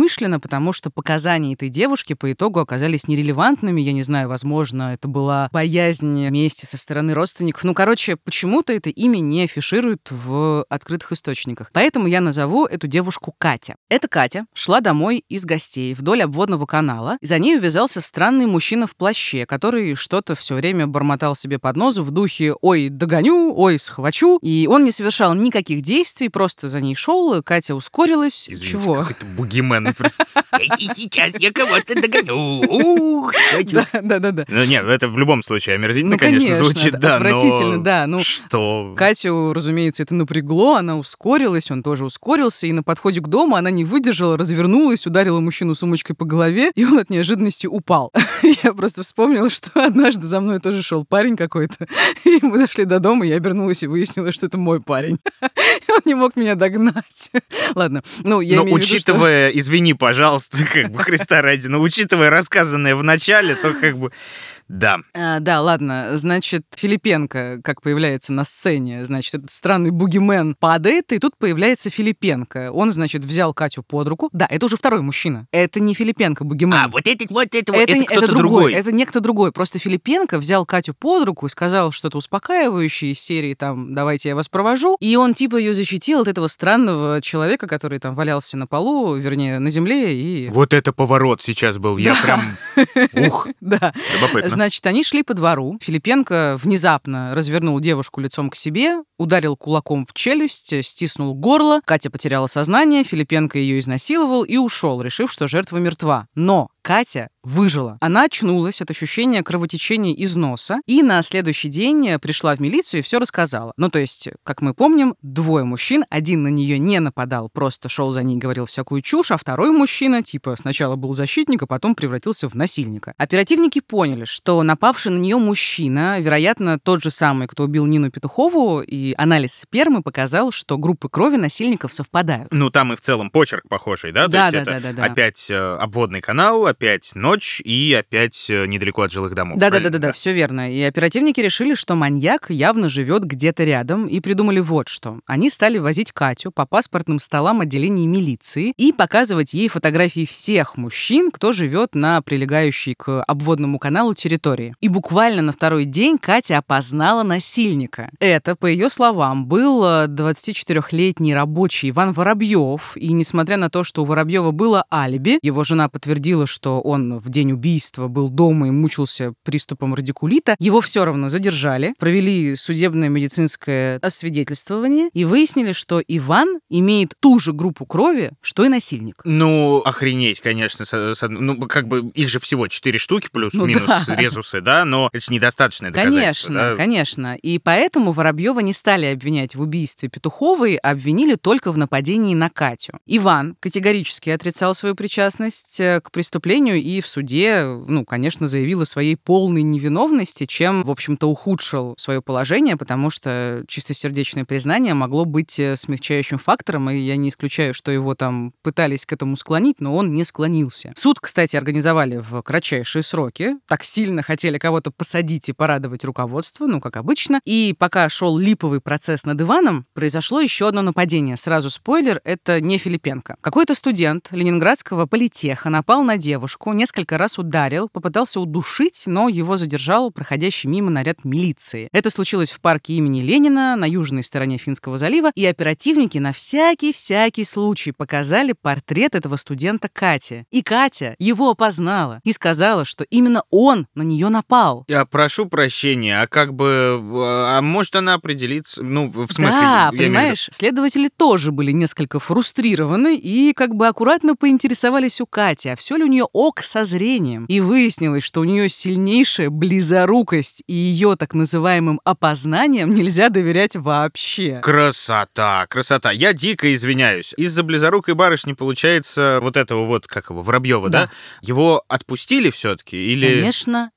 умышленно, потому что показания этой девушки по итогу оказались нерелевантными. Я не знаю, возможно, это была боязнь мести со стороны родственников. Ну, короче, почему-то это имя не афишируют в открытых источниках. Поэтому я назову эту девушку Катя. Эта Катя шла домой из гостей вдоль обводного канала, и за ней увязался странный мужчина в плаще, который что-то все время бормотал себе под нос в духе «Ой, догоню», «Ой, схвачу». И он не совершал никаких действий, просто за ней шел. Катя ускорилась. Извините, Чего? какой-то бугимен. Сейчас я кого-то догоню. Да. Ну, нет, это в любом случае омерзительно, Ну, конечно, звучит, да, отвратительно, но... да. Ну, что? Катю, разумеется, это напрягло, она ускорилась, он тоже ускорился, и на подходе к дому она не выдержала, развернулась, ударила мужчину сумочкой по голове, и он от неожиданности упал. Я просто вспомнила, что однажды за мной тоже шел парень какой-то, и мы дошли до дома, я обернулась и выяснила, что это мой парень. Он не мог меня догнать. Ладно, ну, я имею в виду, учитывая, извини, пожалуйста, как бы Христа ради, но учитывая рассказанное в начале, то как бы... Да. Да, ладно, значит, Филипенко, как появляется на сцене, значит, этот странный бугимен падает, и тут появляется Филипенко. Он, значит, взял Катю под руку. Да, это уже второй мужчина. Это не Филипенко, бугимен. А, вот это кто-то другой. Это некто другой. Просто Филипенко взял Катю под руку и сказал что-то успокаивающее из серии, там, давайте я вас провожу. И он, типа, ее защитил от этого странного человека, который там валялся на полу, вернее, на земле, и... Вот это поворот сейчас был. Я прям... Ух! Да. Любопытно. Значит, они шли по двору. Филипенко внезапно развернул девушку лицом к себе, ударил кулаком в челюсть, стиснул горло. Катя потеряла сознание, Филипенко ее изнасиловал и ушел, решив, что жертва мертва. Но Катя выжила. Она очнулась от ощущения кровотечения из носа и на следующий день пришла в милицию и все рассказала. Ну, то есть, как мы помним, двое мужчин, один на нее не нападал, просто шел за ней, говорил всякую чушь, а второй мужчина, типа, сначала был защитник, а потом превратился в насильника. Оперативники поняли, что напавший на нее мужчина, вероятно, тот же самый, кто убил Нину Петухову, и анализ спермы показал, что группы крови насильников совпадают. Ну, там и в целом почерк похожий, да? Да. Опять опять канал, опять ночь и опять недалеко от жилых домов. Да, все верно. И оперативники решили, что маньяк явно живет где-то рядом, и придумали вот что. Они стали возить Катю по паспортным столам отделений милиции и показывать ей фотографии всех мужчин, кто живет на прилегающей к обводному каналу территории. И буквально на второй день Катя опознала насильника. Это, по ее словам, был 24-летний рабочий Иван Воробьев. И несмотря на то, что у Воробьева было алиби, его жена подтвердила, что он в день убийства был дома и мучился приступом радикулита, его все равно задержали, провели судебное медицинское освидетельствование и выяснили, что Иван имеет ту же группу крови, что и насильник. Ну, охренеть, конечно. Ну, как бы их же всего 4 штуки плюс-минус резусы, да, но это же недостаточное доказательство. Конечно. И поэтому Воробьева не стали обвинять в убийстве Петуховой, а обвинили только в нападении на Катю. Иван категорически отрицал свою причастность к преступлению и в суде, конечно, заявил о своей полной невиновности, чем, в общем-то, ухудшил свое положение, потому что чистосердечное признание могло быть смягчающим фактором, и я не исключаю, что его там пытались к этому склонить, но он не склонился. Суд, кстати, организовали в кратчайшие сроки. Так сильно хотели кого-то посадить и порадовать руководство, как обычно. И пока шел липовый процесс над Иваном, произошло еще одно нападение. Сразу спойлер, это не Филипенко. Какой-то студент Ленинградского политеха напал на девушку, несколько раз ударил, попытался удушить, но его задержал проходящий мимо наряд милиции. Это случилось в парке имени Ленина на южной стороне Финского залива, и оперативники на всякий случай показали портрет этого студента Кате. И Катя его опознала и сказала, что именно он на нее напал. Я прошу прощения, а может она определится? Ну, в смысле... Да, понимаешь, следователи тоже были несколько фрустрированы и аккуратно поинтересовались у Кати, а все ли у нее ок со зрением. И выяснилось, что у нее сильнейшая близорукость, и ее так называемым опознанием нельзя доверять вообще. Красота. Я дико извиняюсь. Из-за близорукой барышни, получается, вот этого Воробьева, да? Его отпустили все-таки или... Конечно,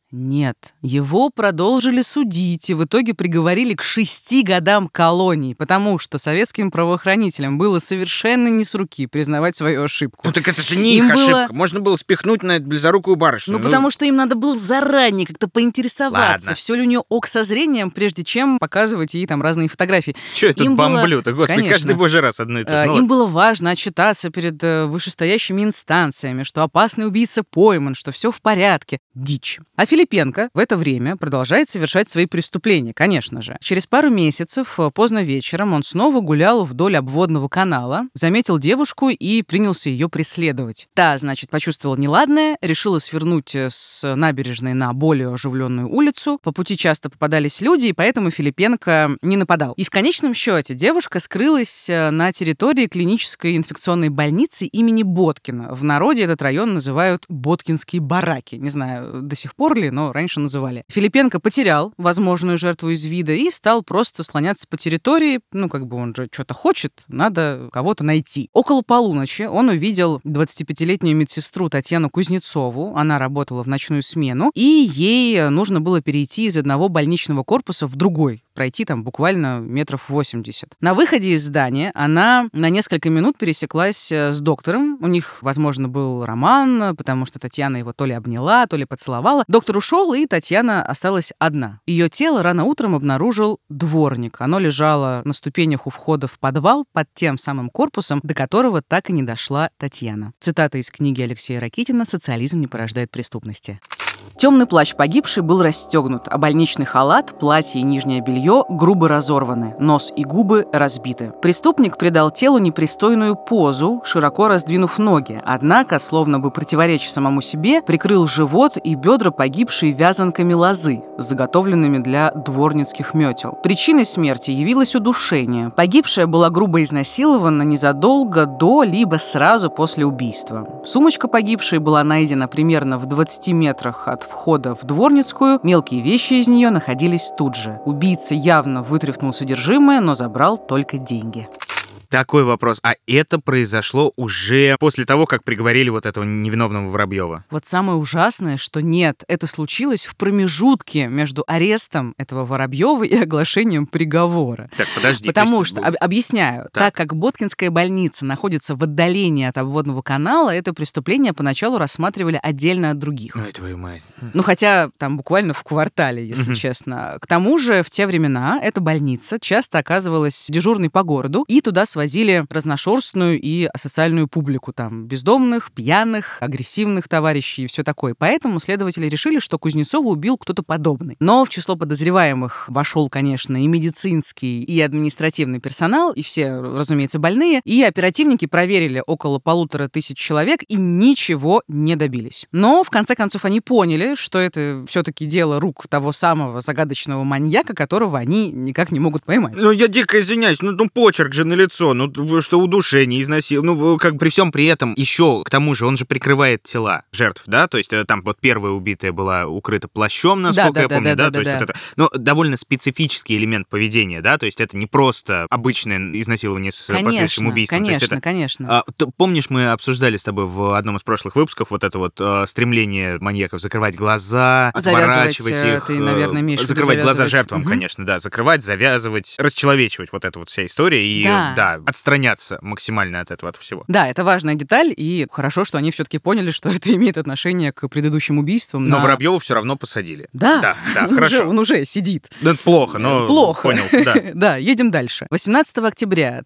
Нет, его продолжили судить и в итоге приговорили к 6 годам колонии, потому что советским правоохранителям было совершенно не с руки признавать свою ошибку. Ну так это же не их ошибка. Можно было спихнуть на близорукую барышню. Ну потому что им надо было заранее как-то поинтересоваться, Ладно. все ли у нее ок со зрением, прежде чем показывать ей там разные фотографии. Че я тут бомблю-то? Господи, Конечно, каждый божий раз одно и то же. Им было важно отчитаться перед вышестоящими инстанциями, что опасный убийца пойман, что все в порядке. Дичь. А Филипенко в это время продолжает совершать свои преступления, конечно же. Через пару месяцев, поздно вечером, он снова гулял вдоль обводного канала, заметил девушку и принялся ее преследовать. Та, значит, почувствовала неладное, решила свернуть с набережной на более оживленную улицу. По пути часто попадались люди, и поэтому Филипенко не нападал. И в конечном счете девушка скрылась на территории клинической инфекционной больницы имени Боткина. В народе этот район называют Боткинские бараки. Не знаю, до сих пор ли, но раньше называли. Филипенко потерял возможную жертву из вида и стал просто слоняться по территории. Ну, как бы он же что-то хочет, надо кого-то найти. Около полуночи он увидел 25-летнюю медсестру Татьяну Кузнецову. Она работала в ночную смену, и ей нужно было перейти из одного больничного корпуса в другой. Пройти там буквально метров 80. На выходе из здания она на несколько минут пересеклась с доктором. У них, возможно, был роман, потому что Татьяна его то ли обняла, то ли поцеловала. Доктор ушел, и Татьяна осталась одна. Ее тело рано утром обнаружил дворник. Оно лежало на ступенях у входа в подвал под тем самым корпусом, до которого так и не дошла Татьяна. Цитата из книги Алексея Ракитина «Социализм не порождает преступности». Темный плащ погибшей был расстегнут, а больничный халат, платье и нижнее белье грубо разорваны, нос и губы разбиты. Преступник придал телу непристойную позу, широко раздвинув ноги, однако, словно бы противореча самому себе, прикрыл живот и бедра погибшей вязанками лозы, заготовленными для дворницких метел. Причиной смерти явилось удушение. Погибшая была грубо изнасилована незадолго до, либо сразу после убийства. Сумочка погибшей была найдена примерно в 20 метрах от входа в дворницкую, мелкие вещи из нее находились тут же. Убийца явно вытряхнул содержимое, но забрал только деньги. Такой вопрос. А это произошло уже после того, как приговорили вот этого невиновного Воробьева? Вот самое ужасное, что нет, это случилось в промежутке между арестом этого Воробьева и оглашением приговора. Так, подожди. Потому что, объясняю, так как Боткинская больница находится в отдалении от обводного канала, это преступление поначалу рассматривали отдельно от других. Ой, твою мать. Ну, хотя там буквально в квартале, если честно. К тому же, в те времена эта больница часто оказывалась дежурной по городу, и туда свозили разношерстную и асоциальную публику, там, бездомных, пьяных, агрессивных товарищей и все такое. Поэтому следователи решили, что Кузнецова убил кто-то подобный. Но в число подозреваемых вошел, конечно, и медицинский, и административный персонал, и все, разумеется, больные. И оперативники проверили около 1500 человек и ничего не добились. Но, в конце концов, они поняли, что это все-таки дело рук того самого загадочного маньяка, которого они никак не могут поймать. Ну, я дико извиняюсь, ну почерк же на лицо, ну, что удушение, изнасилование, ну, как при всем при этом, еще, к тому же, он же прикрывает тела жертв, да, то есть там вот первая убитая была укрыта плащом, насколько я помню, да, то есть вот это, но довольно специфический элемент поведения, да, то есть это не просто обычное изнасилование с последующим убийством. Конечно. Помнишь, мы обсуждали с тобой в одном из прошлых выпусков вот это вот стремление маньяков закрывать глаза, отворачивать их, ты, наверное, имеешь в виду закрывать глаза жертвам, конечно, да, закрывать, завязывать, расчеловечивать вот эта вот вся история и, да, отстраняться максимально от этого, от всего. Да, это важная деталь, и хорошо, что они все-таки поняли, что это имеет отношение к предыдущим убийствам. Но Воробьева все равно посадили. Да, хорошо. Он уже сидит. Да, плохо, но понял, да. Да, едем дальше. 18 октября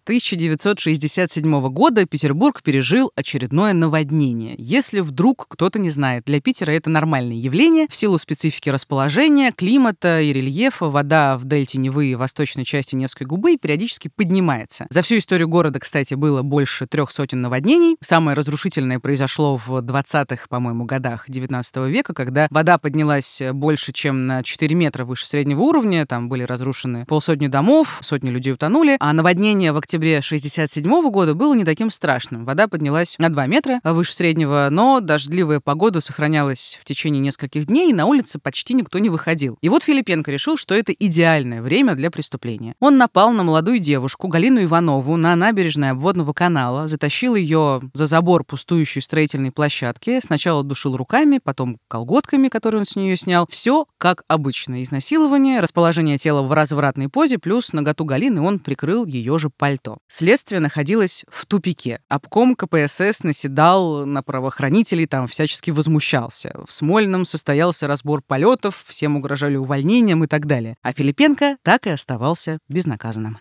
1967 года Петербург пережил очередное наводнение. Если вдруг кто-то не знает, для Питера это нормальное явление. В силу специфики расположения, климата и рельефа вода в дельте Невы и восточной части Невской губы периодически поднимается. За всю историю города, кстати, было больше 300 наводнений. Самое разрушительное произошло в 20-х, по-моему, годах 19 века, когда вода поднялась больше, чем на 4 метра выше среднего уровня. Там были разрушены полсотни домов, сотни людей утонули. А наводнение в октябре 1967 года было не таким страшным. Вода поднялась на 2 метра выше среднего, но дождливая погода сохранялась в течение нескольких дней, и на улице почти никто не выходил. И вот Филипенко решил, что это идеальное время для преступления. Он напал на молодую девушку, Галину Иванову, девушку на набережной обводного канала, затащил ее за забор пустующей строительной площадки, сначала душил руками, потом колготками, которые он с нее снял. Все как обычно. Изнасилование, расположение тела в развратной позе, плюс наготу Галины он прикрыл ее же пальто. Следствие находилось в тупике. Обком КПСС наседал на правоохранителей, там всячески возмущался. В Смольном состоялся разбор полетов, всем угрожали увольнением и так далее. А Филипенко так и оставался безнаказанным.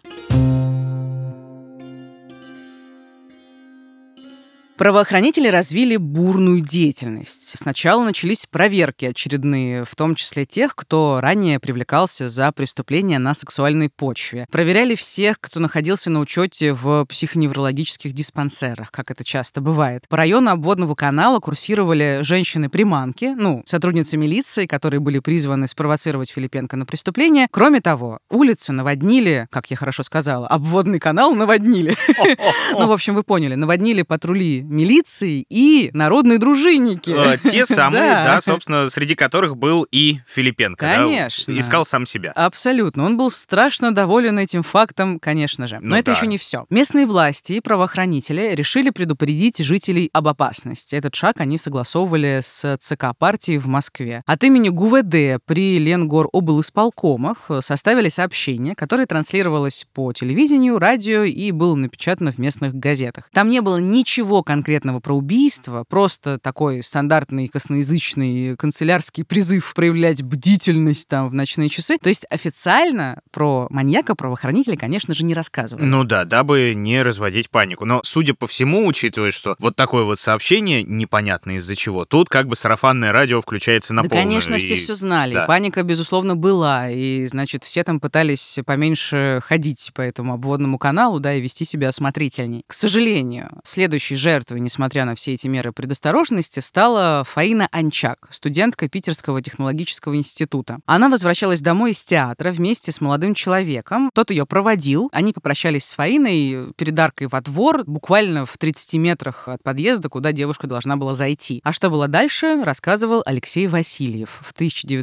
Правоохранители развили бурную деятельность. Сначала начались проверки очередные, в том числе тех, кто ранее привлекался за преступления на сексуальной почве. Проверяли всех, кто находился на учете в психоневрологических диспансерах, как это часто бывает. По району обводного канала курсировали женщины-приманки, сотрудницы милиции, которые были призваны спровоцировать Филипенко на преступление. Кроме того, улицы наводнили, как я хорошо сказала, обводный канал наводнили. В общем, вы поняли, наводнили патрули милиции и народные дружинники. Те самые, да, собственно, среди которых был и Филипенко. Конечно. Да, искал сам себя. Абсолютно. Он был страшно доволен этим фактом, конечно же. Но это еще не все. Местные власти и правоохранители решили предупредить жителей об опасности. Этот шаг они согласовывали с ЦК партии в Москве. От имени ГУВД при Ленгороблисполкомах составили сообщение, которое транслировалось по телевидению, радио и было напечатано в местных газетах. Там не было ничего конкретного про убийство, просто такой стандартный косноязычный канцелярский призыв проявлять бдительность там в ночные часы. То есть официально про маньяка правоохранители, конечно же, не рассказывали. Дабы не разводить панику. Но, судя по всему, учитывая, что вот такое вот сообщение, непонятно из-за чего, тут как бы сарафанное радио включается на полную. Конечно, все знали. Да. Паника, безусловно, была. И, значит, все там пытались поменьше ходить по этому обводному каналу, да, и вести себя осмотрительней. К сожалению, следующей жертвой, несмотря на все эти меры предосторожности, стала Фаина Анчак, студентка Питерского технологического института. Она возвращалась домой из театра вместе с молодым человеком. Тот ее проводил. Они попрощались с Фаиной перед аркой во двор, буквально в 30 метрах от подъезда, куда девушка должна была зайти. А что было дальше, рассказывал Алексей Васильев. В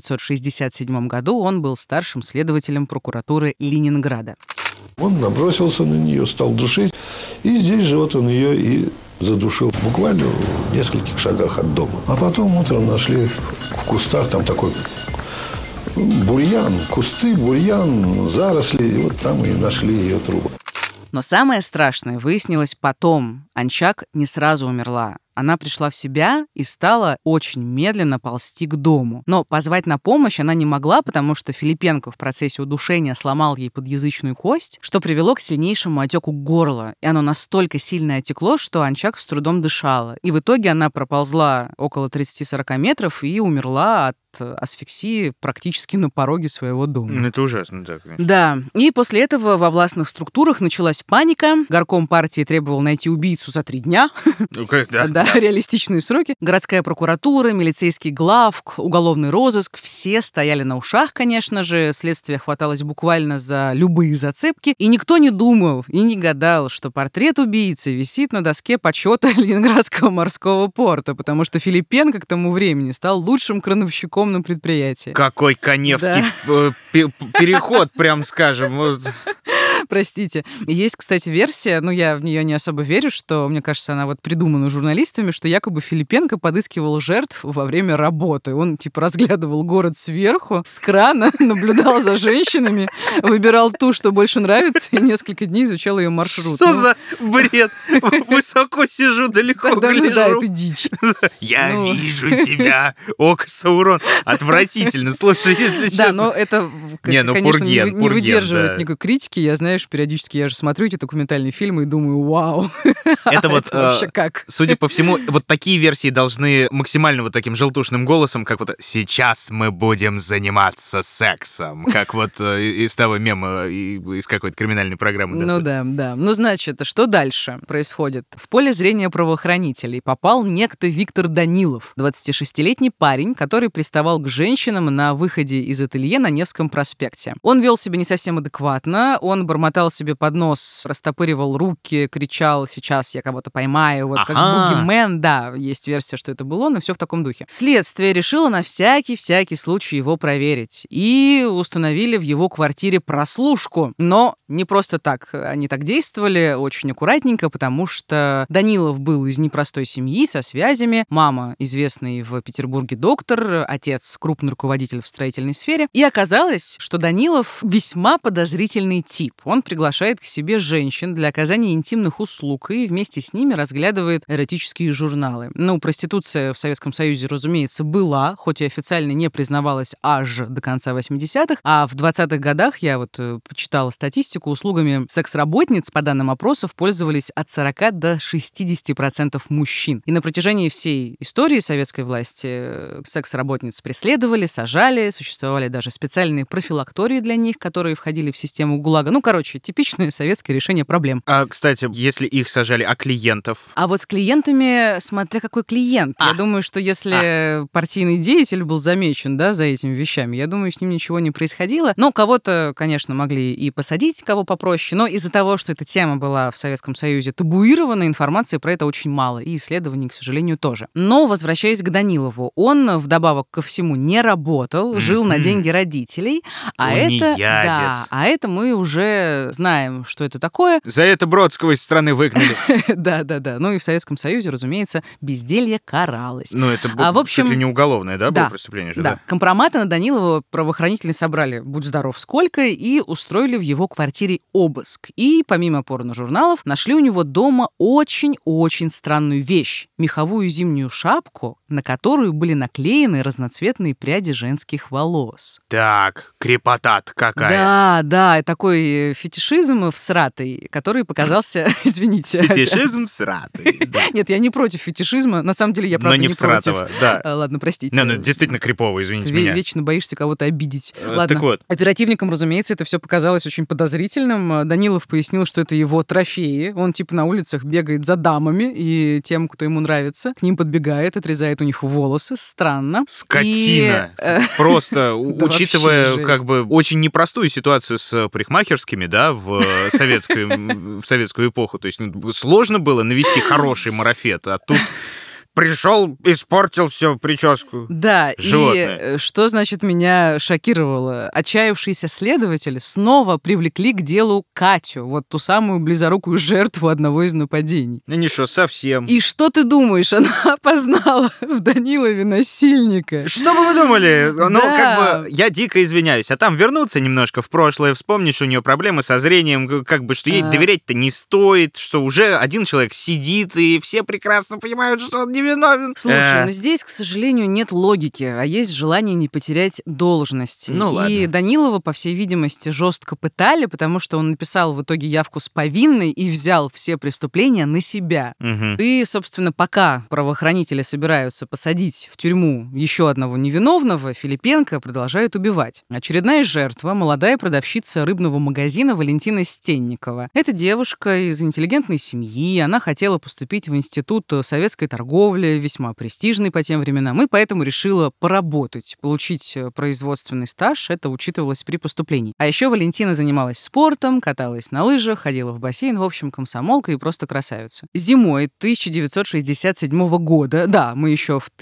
1967 году он был старшим следователем прокуратуры Ленинграда. Он набросился на нее, стал душить, и здесь же вот он ее и задушил буквально в нескольких шагах от дома. А потом утром нашли в кустах, там такой бурьян, кусты, бурьян, заросли, и вот там и нашли ее труп. Но самое страшное выяснилось потом. Анчак не сразу умерла. Она пришла в себя и стала очень медленно ползти к дому. Но позвать на помощь она не могла, потому что Филипенко в процессе удушения сломал ей подъязычную кость, что привело к сильнейшему отеку горла. И оно настолько сильно отекло, что Анчак с трудом дышала. И в итоге она проползла около 30-40 метров и умерла от асфиксии практически на пороге своего дома. Это ужасно, да, конечно. Да. И после этого во властных структурах началась паника. Горком партии требовал найти убийцу за 3 дня. Да, реалистичные сроки. Городская прокуратура, милицейский главк, уголовный розыск. Все стояли на ушах, конечно же. Следствие хваталось буквально за любые зацепки. И никто не думал и не гадал, что портрет убийцы висит на доске почета Ленинградского морского порта, потому что Филипенко к тому времени стал лучшим крановщиком на предприятии. Какой Каневский переход, прям скажем. Простите. Есть, кстати, версия, я в нее не особо верю, что, мне кажется, она придумана журналистами, что якобы Филипенко подыскивал жертв во время работы. Он, разглядывал город сверху, с крана, наблюдал за женщинами, выбирал ту, что больше нравится, и несколько дней изучал ее маршрут. Что за бред? Высоко сижу, далеко гляжу. Да, это дичь. Я вижу тебя, око Саурон. Отвратительно, слушай, если честно. Да, но это, конечно, не выдерживает никакой критики. Я, знаешь, периодически я же смотрю эти документальные фильмы и думаю, вау. Это вообще как? Судя по всему, такие версии должны максимально таким желтушным голосом, как «сейчас мы будем заниматься сексом», как из того мема, из какой-то криминальной программы. Да. Значит, что дальше происходит? В поле зрения правоохранителей попал некто Виктор Данилов, 26-летний парень, который приставал к женщинам на выходе из ателье на Невском проспекте. Он вел себя не совсем адекватно, он бормотал себе под нос, растопыривал руки, кричал: «Сейчас я кого-то поймаю», как бугимен. Да, есть версия, что это был он, и все в таком духе. Следствие решило на всякий случай его проверить. И установили в его квартире прослушку. Но не просто так они так действовали, очень аккуратненько, потому что Данилов был из непростой семьи, со связями. Мама известный в Петербурге доктор, отец крупный руководитель в строительной сфере. И оказалось, что Данилов весьма подозрительный тип. Он приглашает к себе женщин для оказания интимных услуг и вместе с ними разглядывает эротические журналы. Ну, проституция в Советском Союзе, разумеется, была, хоть и официально не признавалась аж до конца 80-х, а в 20-х годах, я вот почитала статистику, услугами секс-работниц, по данным опросов, пользовались от 40 до 60% мужчин. И на протяжении всей истории советской власти секс-работниц преследовали, сажали, существовали даже специальные профилактории для них, которые входили в систему ГУЛАГа. Ну, короче, типичное советское решение проблем. А, кстати, если их сажали, а клиентов? А вот с клиентами, смотря какой клиент. Я думаю, что если партийный деятель был замечен, да, за этими вещами, я думаю, с ним ничего не происходило. Но кого-то, конечно, могли и посадить, кого попроще, но из-за того, что эта тема была в Советском Союзе табуирована, информации про это очень мало, и исследований, к сожалению, тоже. Но, возвращаясь к Данилову, он, вдобавок ко всему, не работал, жил на деньги родителей, а это мы уже знаем, что это такое. За это Бродского из страны выгнали. Да. Ну и в Советском Союзе, разумеется, безделье каралось. Ну это чуть ли не уголовное, да, было преступление же, да? Компроматы на Данилова правоохранители собрали, будь здоров, сколько, и устроили в его квартире обыск. И, помимо порно-журналов, нашли у него дома очень-очень странную вещь. Меховую зимнюю шапку, на которую были наклеены разноцветные пряди женских волос. Так, крепота какая. Да, такой фетишизм всратый, который показался, извините. Фетишизм всратый. Нет, я не против фетишизма, на самом деле я, правда, не против. Да. Ладно, простите. Ну, действительно крипово, извините меня. Вечно боишься кого-то обидеть. Ладно. Так вот. Оперативникам, разумеется, это все показалось очень подозрительным. Данилов пояснил, что это его трофеи. Он типа на улицах бегает за дамами и тем, кто ему нравится. К ним подбегает, отрезает у них волосы. Странно. Скотина. Просто, учитывая как бы очень непростую ситуацию с парикмахерскими, да, в советскую эпоху. То есть сложно было навести хороший марафет, а тут пришел, испортил всю прическу. Да, животное. И что, значит, меня шокировало? Отчаявшиеся следователи снова привлекли к делу Катю, вот ту самую близорукую жертву одного из нападений. Ну, не что, совсем. И что ты думаешь, она опознала в Данилове насильника? Что бы вы думали? Да. Ну, как бы, я дико извиняюсь, а там вернуться немножко в прошлое, вспомнишь, у нее проблемы со зрением, как бы, что ей доверять-то не стоит, что уже один человек сидит, и все прекрасно понимают, что он не виновен. Слушай, но здесь, к сожалению, нет логики, а есть желание не потерять должности. Ну, ладно. И Данилова, по всей видимости, жестко пытали, потому что он написал в итоге явку с повинной и взял все преступления на себя. Угу. И, собственно, пока правоохранители собираются посадить в тюрьму еще одного невиновного, Филипенко продолжают убивать. Очередная жертва — молодая продавщица рыбного магазина Валентина Стенникова. Эта девушка из интеллигентной семьи, она хотела поступить в Институт советской торговли, весьма престижный по тем временам, и поэтому решила поработать, получить производственный стаж, это учитывалось при поступлении. А еще Валентина занималась спортом, каталась на лыжах, ходила в бассейн, в общем, комсомолка и просто красавица. Зимой 1967 года, да, мы еще в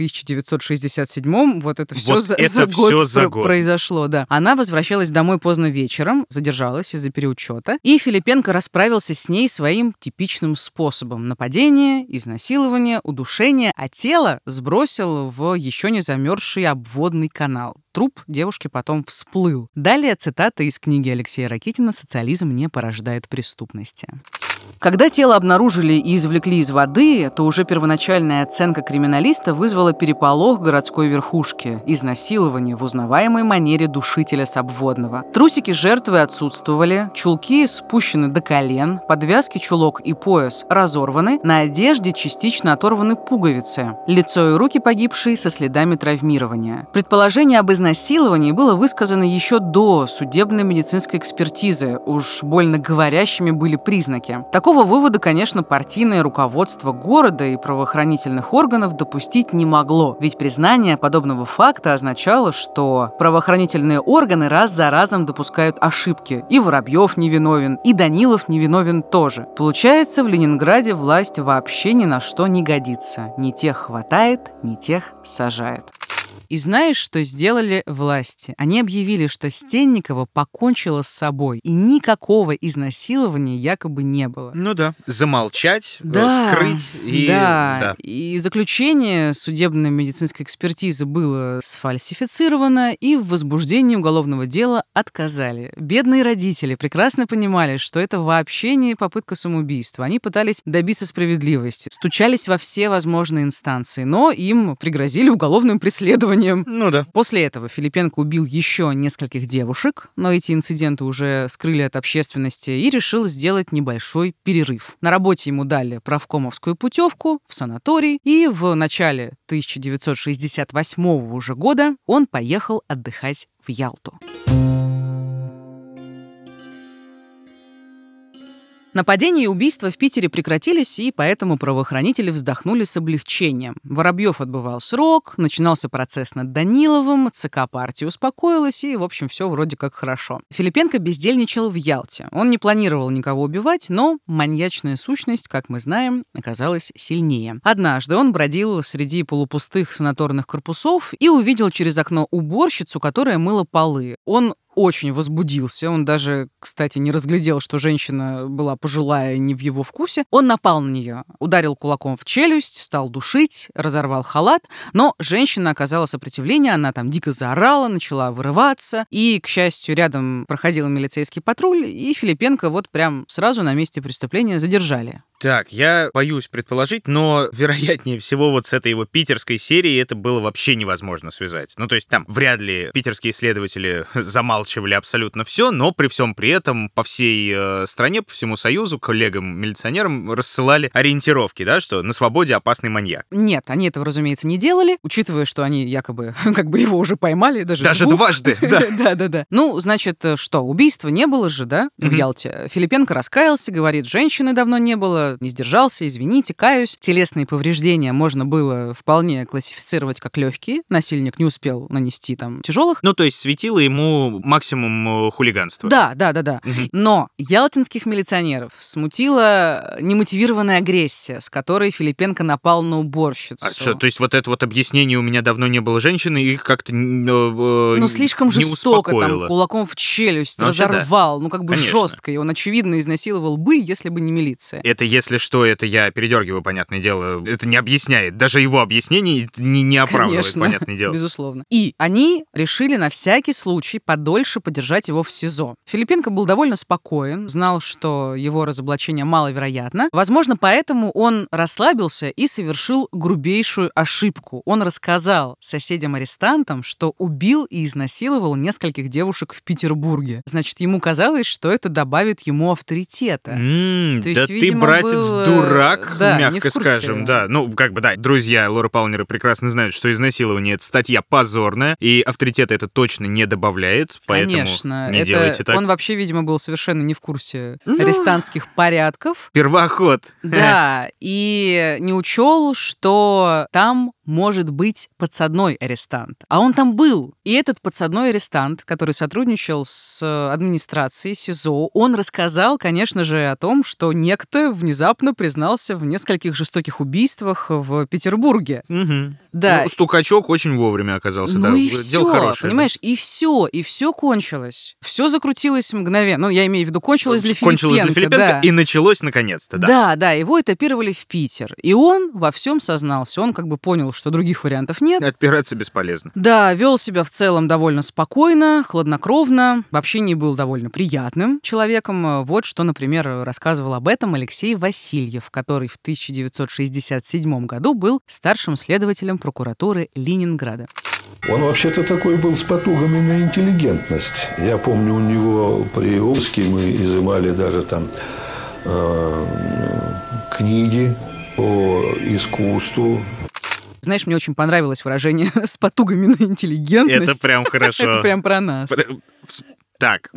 1967, вот это все за год произошло, да. Она возвращалась домой поздно вечером, задержалась из-за переучета, и Филипенко расправился с ней своим типичным способом: нападение, изнасилование, удушение, а тело сбросил в еще не замерзший обводный канал. Труп девушки потом всплыл. Далее цитата из книги Алексея Ракитина «Социализм не порождает преступности». Когда тело обнаружили и извлекли из воды, то уже первоначальная оценка криминалиста вызвала переполох городской верхушки. Изнасилование в узнаваемой манере душителя с обводного. Трусики жертвы отсутствовали, чулки спущены до колен, подвязки чулок и пояс разорваны, на одежде частично оторваны пуговицы. Лицо и руки погибшей со следами травмирования. Предположение об изнасиловании было высказано еще до судебно-медицинской экспертизы. Уж больно говорящими были признаки. Такого вывода, конечно, партийное руководство города и правоохранительных органов допустить не могло, ведь признание подобного факта означало, что правоохранительные органы раз за разом допускают ошибки. И Воробьев невиновен, и Данилов невиновен тоже. Получается, в Ленинграде власть вообще ни на что не годится. Ни тех хватает, ни тех сажает. И знаешь, что сделали власти? Они объявили, что Стенникова покончила с собой, и никакого изнасилования якобы не было. Ну да, замолчать, Да, скрыть и... да. И заключение судебной медицинской экспертизы было сфальсифицировано, и в возбуждении уголовного дела отказали. Бедные родители прекрасно понимали, что это вообще не попытка самоубийства. Они пытались добиться справедливости, стучались во все возможные инстанции, но им пригрозили уголовным преследованием. Ну да. После этого Филипенко убил еще нескольких девушек, но эти инциденты уже скрыли от общественности, и решил сделать небольшой перерыв. На работе ему дали правкомовскую путевку в санаторий, и в начале 1968 уже года он поехал отдыхать в Ялту. Нападения и убийства в Питере прекратились, и поэтому правоохранители вздохнули с облегчением. Воробьев отбывал срок, начинался процесс над Даниловым, ЦК партии успокоилась, и, в общем, все вроде как хорошо. Филипенко бездельничал в Ялте. Он не планировал никого убивать, но маньячная сущность, как мы знаем, оказалась сильнее. Однажды он бродил среди полупустых санаторных корпусов и увидел через окно уборщицу, которая мыла полы. Он очень возбудился. Он даже, кстати, не разглядел, что женщина была пожилая и не в его вкусе. Он напал на нее, ударил кулаком в челюсть, стал душить, разорвал халат, но женщина оказала сопротивление, она там дико заорала, начала вырываться, и, к счастью, рядом проходил милицейский патруль, и Филипенко вот прям сразу на месте преступления задержали. Так, я боюсь предположить, но вероятнее всего вот с этой его питерской серией это было вообще невозможно связать. Ну, то есть там вряд ли питерские следователи замалчивали абсолютно все, но при всем при этом по всей стране, по всему Союзу, коллегам-милиционерам рассылали ориентировки, да, что на свободе опасный маньяк. Нет, они этого, разумеется, не делали, учитывая, что они якобы как бы его уже поймали, даже дважды, да. Да. Ну, значит, что, убийства не было же, да, в Ялте? Филипенко раскаялся, говорит, женщины давно не было, не сдержался, извините, каюсь. Телесные повреждения можно было вполне классифицировать как легкие. Насильник не успел нанести там тяжелых. Ну, то есть светило ему максимум хулиганства. Да. Но ялтинских милиционеров смутила немотивированная агрессия, с которой Филипенко напал на уборщицу. А что, то есть вот это вот объяснение «у меня давно не было женщины», их как-то слишком жестоко, там, кулаком в челюсть, разорвал, да. Ну, как бы Конечно. жестко. И он, очевидно, изнасиловал бы, если бы не милиция. Это если что, это я передергиваю, понятное дело. Это не объясняет. Даже его объяснение не оправдывает, Конечно, понятное дело. Безусловно. И они решили на всякий случай подольше подержать его в СИЗО. Филипенко был довольно спокоен, знал, что его разоблачение маловероятно. Возможно, поэтому он расслабился и совершил грубейшую ошибку. Он рассказал соседям-арестантам, что убил и изнасиловал нескольких девушек в Петербурге. Значит, ему казалось, что это добавит ему авторитета. То есть, да ты, братец, дурак, да, мягко скажем, да. Ну, как бы, да, друзья Лоры Палмера прекрасно знают, что изнасилование — это статья позорная, и авторитета это точно не добавляет, поэтому Конечно, не делайте так. Он вообще, видимо, был совершенно не в курсе арестантских порядков. Первоход. Да, и не учел, что там может быть подсадной арестант. А он там был. И этот подсадной арестант, который сотрудничал с администрацией СИЗО, он рассказал, конечно же, о том, что некто внезапно признался в нескольких жестоких убийствах в Петербурге. Угу. Да. Ну, стукачок очень вовремя оказался. Ну да. и Дело все, хорошее, понимаешь, да. И все кончилось. Все закрутилось мгновенно. Ну, я имею в виду, кончилось для Филипенко. Да. И началось наконец-то, да. Да, его этапировали в Питер. И он во всем сознался. Он как бы понял, что других вариантов нет. Отпираться бесполезно. Да, вел себя в целом довольно спокойно, хладнокровно. В общении был довольно приятным человеком. Вот что, например, рассказывал об этом Алексей Васильев, который в 1967 году был старшим следователем прокуратуры Ленинграда. Он вообще-то такой был с потугами на интеллигентность. Я помню, у него при обыске мы изымали даже там книги по искусству. Знаешь, мне очень понравилось выражение «с потугами на интеллигентность». Это прям хорошо. Это прям про нас. Так.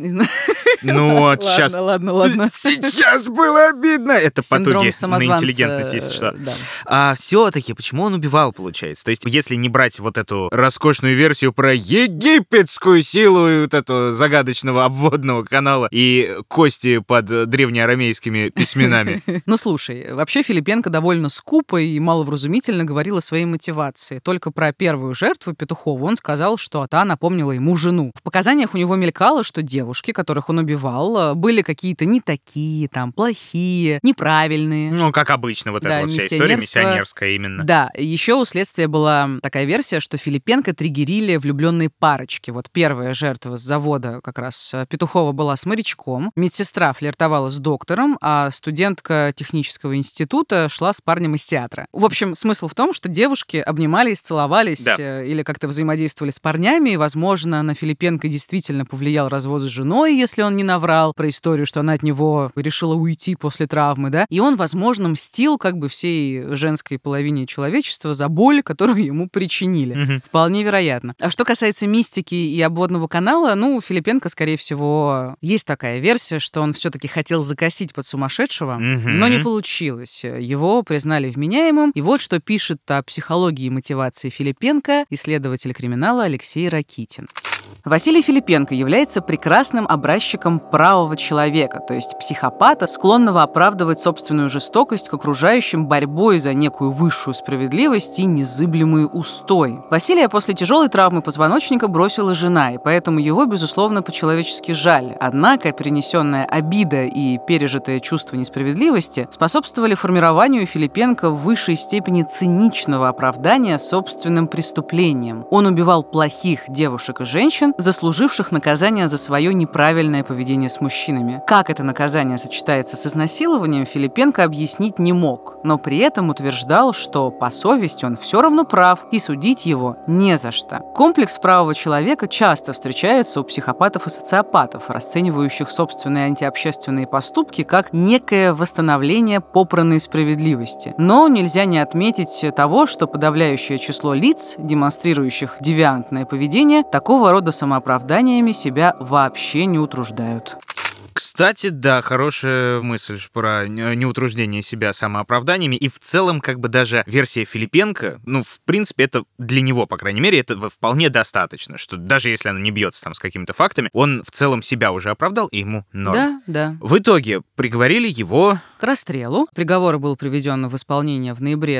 Ну вот, сейчас... Ладно. Сейчас было обидно. Это потуги на интеллигентность, если что. Да. А все-таки, почему он убивал, получается? То есть, если не брать вот эту роскошную версию про египетскую силу и вот эту загадочного обводного канала и кости под древнеарамейскими письменами. Ну, слушай, вообще Филипенко довольно скупо и маловразумительно говорил о своей мотивации. Только про первую жертву Петухову он сказал, что та напомнила ему жену. В показаниях у него мелькало, что девушки, которых он убивал, были какие-то не такие, там, плохие, неправильные. Ну, как обычно, вот эта вот вся история миссионерская именно. Да, еще у следствия была такая версия, что Филипенко триггерили влюбленные парочки. Вот первая жертва с завода как раз Петухова была с морячком, медсестра флиртовала с доктором, а студентка технического института шла с парнем из театра. В общем, смысл в том, что девушки обнимались, целовались или как-то взаимодействовали с парнями, и, возможно, на Филипенко действительно повлиял развод с женой, если он не наврал про историю, что она от него решила уйти после травмы, да, и он, возможно, мстил как бы всей женской половине человечества за боль, которую ему причинили. Вполне вероятно. А что касается мистики и обводного канала, ну, Филипенко, скорее всего, есть такая версия, что он все-таки хотел закосить под сумасшедшего, но не получилось. Его признали вменяемым, и вот что пишет о психологии и мотивации Филипенко исследователь криминала Алексей Ракитин. Василий Филипенко является прекрасным образчиком правого человека, то есть психопата, склонного оправдывать собственную жестокость к окружающим борьбой за некую высшую справедливость и незыблемые устои. Василия после тяжелой травмы позвоночника бросила жена, и поэтому его, безусловно, по-человечески жаль. Однако перенесенная обида и пережитое чувство несправедливости способствовали формированию Филипенко в высшей степени циничного оправдания собственным преступлением. Он убивал плохих девушек и женщин, заслуживших наказание за свое неправильное поведение с мужчинами. Как это наказание сочетается с изнасилованием, Филипенко объяснить не мог, но при этом утверждал, что по совести он все равно прав и судить его не за что. Комплекс правого человека часто встречается у психопатов и социопатов, расценивающих собственные антиобщественные поступки как некое восстановление попранной справедливости. Но нельзя не отметить того, что подавляющее число лиц, демонстрирующих девиантное поведение, такого рода самооправданиями себя вообще не утруждают. Кстати, да, хорошая мысль про неутруждение себя самооправданиями. И в целом, как бы даже версия Филипенко, ну, в принципе, это для него, по крайней мере, это вполне достаточно, что даже если оно не бьется там с какими-то фактами, он в целом себя уже оправдал, и ему норм. Да. В итоге приговорили его... к расстрелу. Приговор был приведен в исполнение в ноябре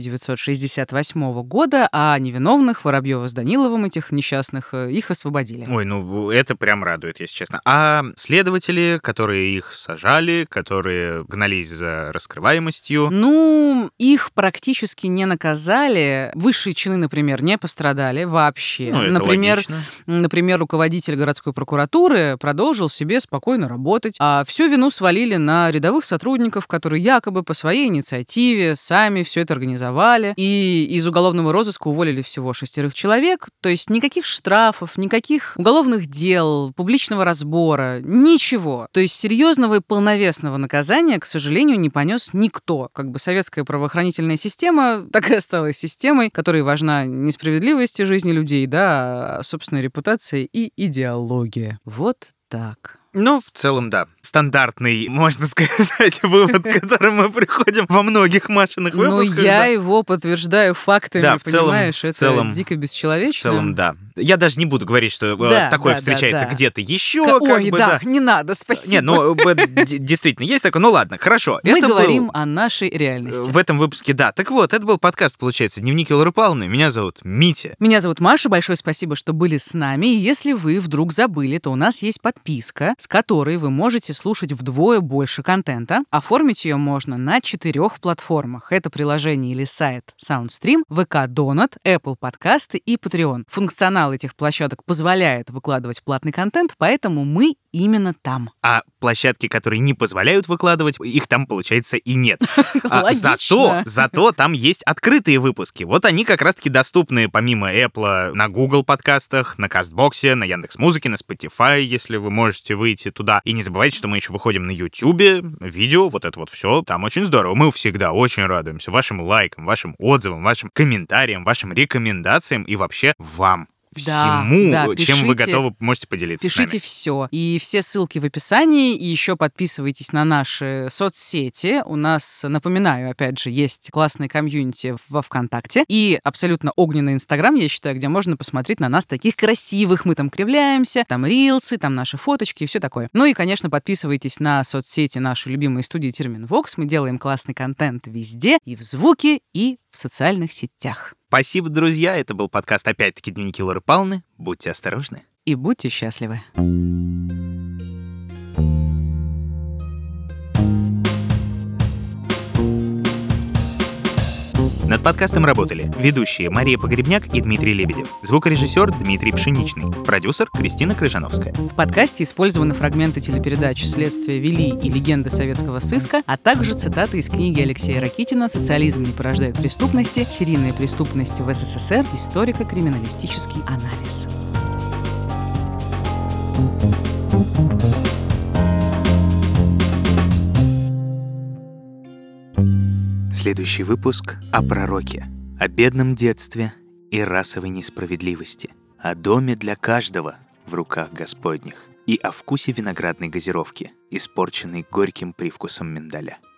1968 года, а невиновных, Воробьева с Даниловым, этих несчастных, их освободили. Ой, ну, это прям радует, если честно. А следователи, которые их сажали, которые гнались за раскрываемостью? Ну, их практически не наказали. Высшие чины, например, не пострадали вообще. Ну, это логично. Например, руководитель городской прокуратуры продолжил себе спокойно работать, а всю вину свалили на рядовых сотрудников, которые якобы по своей инициативе сами все это организовали. И из уголовного розыска уволили всего 6 человек. То есть никаких штрафов, никаких уголовных дел, публичного разбора, ничего. То есть серьезного и полновесного наказания, к сожалению, не понес никто. Как бы советская правоохранительная система так и осталась системой, которой важна несправедливость жизни людей, да, а собственная репутация и идеология. Вот так. Ну, в целом, да. Стандартный, можно сказать, вывод, к которому мы приходим во многих Машиных выпусках. Ну, я его подтверждаю фактами, да, понимаешь? Это целом, дико бесчеловечно. В целом, да. Я даже не буду говорить, что такое встречается где-то еще. Ой, да, не надо, спасибо. Нет, ну, действительно, есть такое. Ну, ладно, хорошо. Мы говорим о нашей реальности. В этом выпуске, да. Так вот, это был подкаст, получается, «Дневники Лоры Павловны». Меня зовут Митя. Меня зовут Маша. Большое спасибо, что были с нами. И если вы вдруг забыли, то у нас есть подписка, с которой вы можете слушать вдвое больше контента. Оформить ее можно на 4 платформах. Это приложение или сайт SoundStream, ВК Донат, Apple подкасты и Patreon. Функционал этих площадок позволяет выкладывать платный контент, поэтому мы именно там. А площадки, которые не позволяют выкладывать, их там, получается, и нет. Логично. Зато там есть открытые выпуски. Вот они как раз-таки доступны помимо Apple на Google подкастах, на Кастбоксе, на Яндекс.Музыке, на Spotify, если вы можете выйти туда. И не забывайте, что мы еще выходим на Ютубе, видео, вот это вот все. Там очень здорово. Мы всегда очень радуемся вашим лайкам, вашим отзывам, вашим комментариям, вашим рекомендациям и вообще вам. всему, чем вы готовы, можете поделиться с нами. Пишите все. И все ссылки в описании. И еще подписывайтесь на наши соцсети. У нас, напоминаю, опять же, есть классный комьюнити во ВКонтакте. И абсолютно огненный Инстаграм, я считаю, где можно посмотреть на нас таких красивых. Мы там кривляемся, там рилсы, там наши фоточки и все такое. Ну и, конечно, подписывайтесь на соцсети нашей любимой студии Терминвокс. Мы делаем классный контент везде, и в звуке, и в социальных сетях. Спасибо, друзья. Это был подкаст опять-таки «Дневники Лоры Павловны». Будьте осторожны. И будьте счастливы. Над подкастом работали ведущие Мария Погребняк и Дмитрий Лебедев, звукорежиссер Дмитрий Пшеничный, продюсер Кристина Крыжановская. В подкасте использованы фрагменты телепередач «Следствие вели» и «Легенды советского сыска», а также цитаты из книги Алексея Ракитина «Социализм не порождает преступности. Серийные преступности в СССР. Историко-криминалистический анализ». Следующий выпуск о пророке, о бедном детстве и расовой несправедливости, о доме для каждого в руках Господних и о вкусе виноградной газировки, испорченной горьким привкусом миндаля.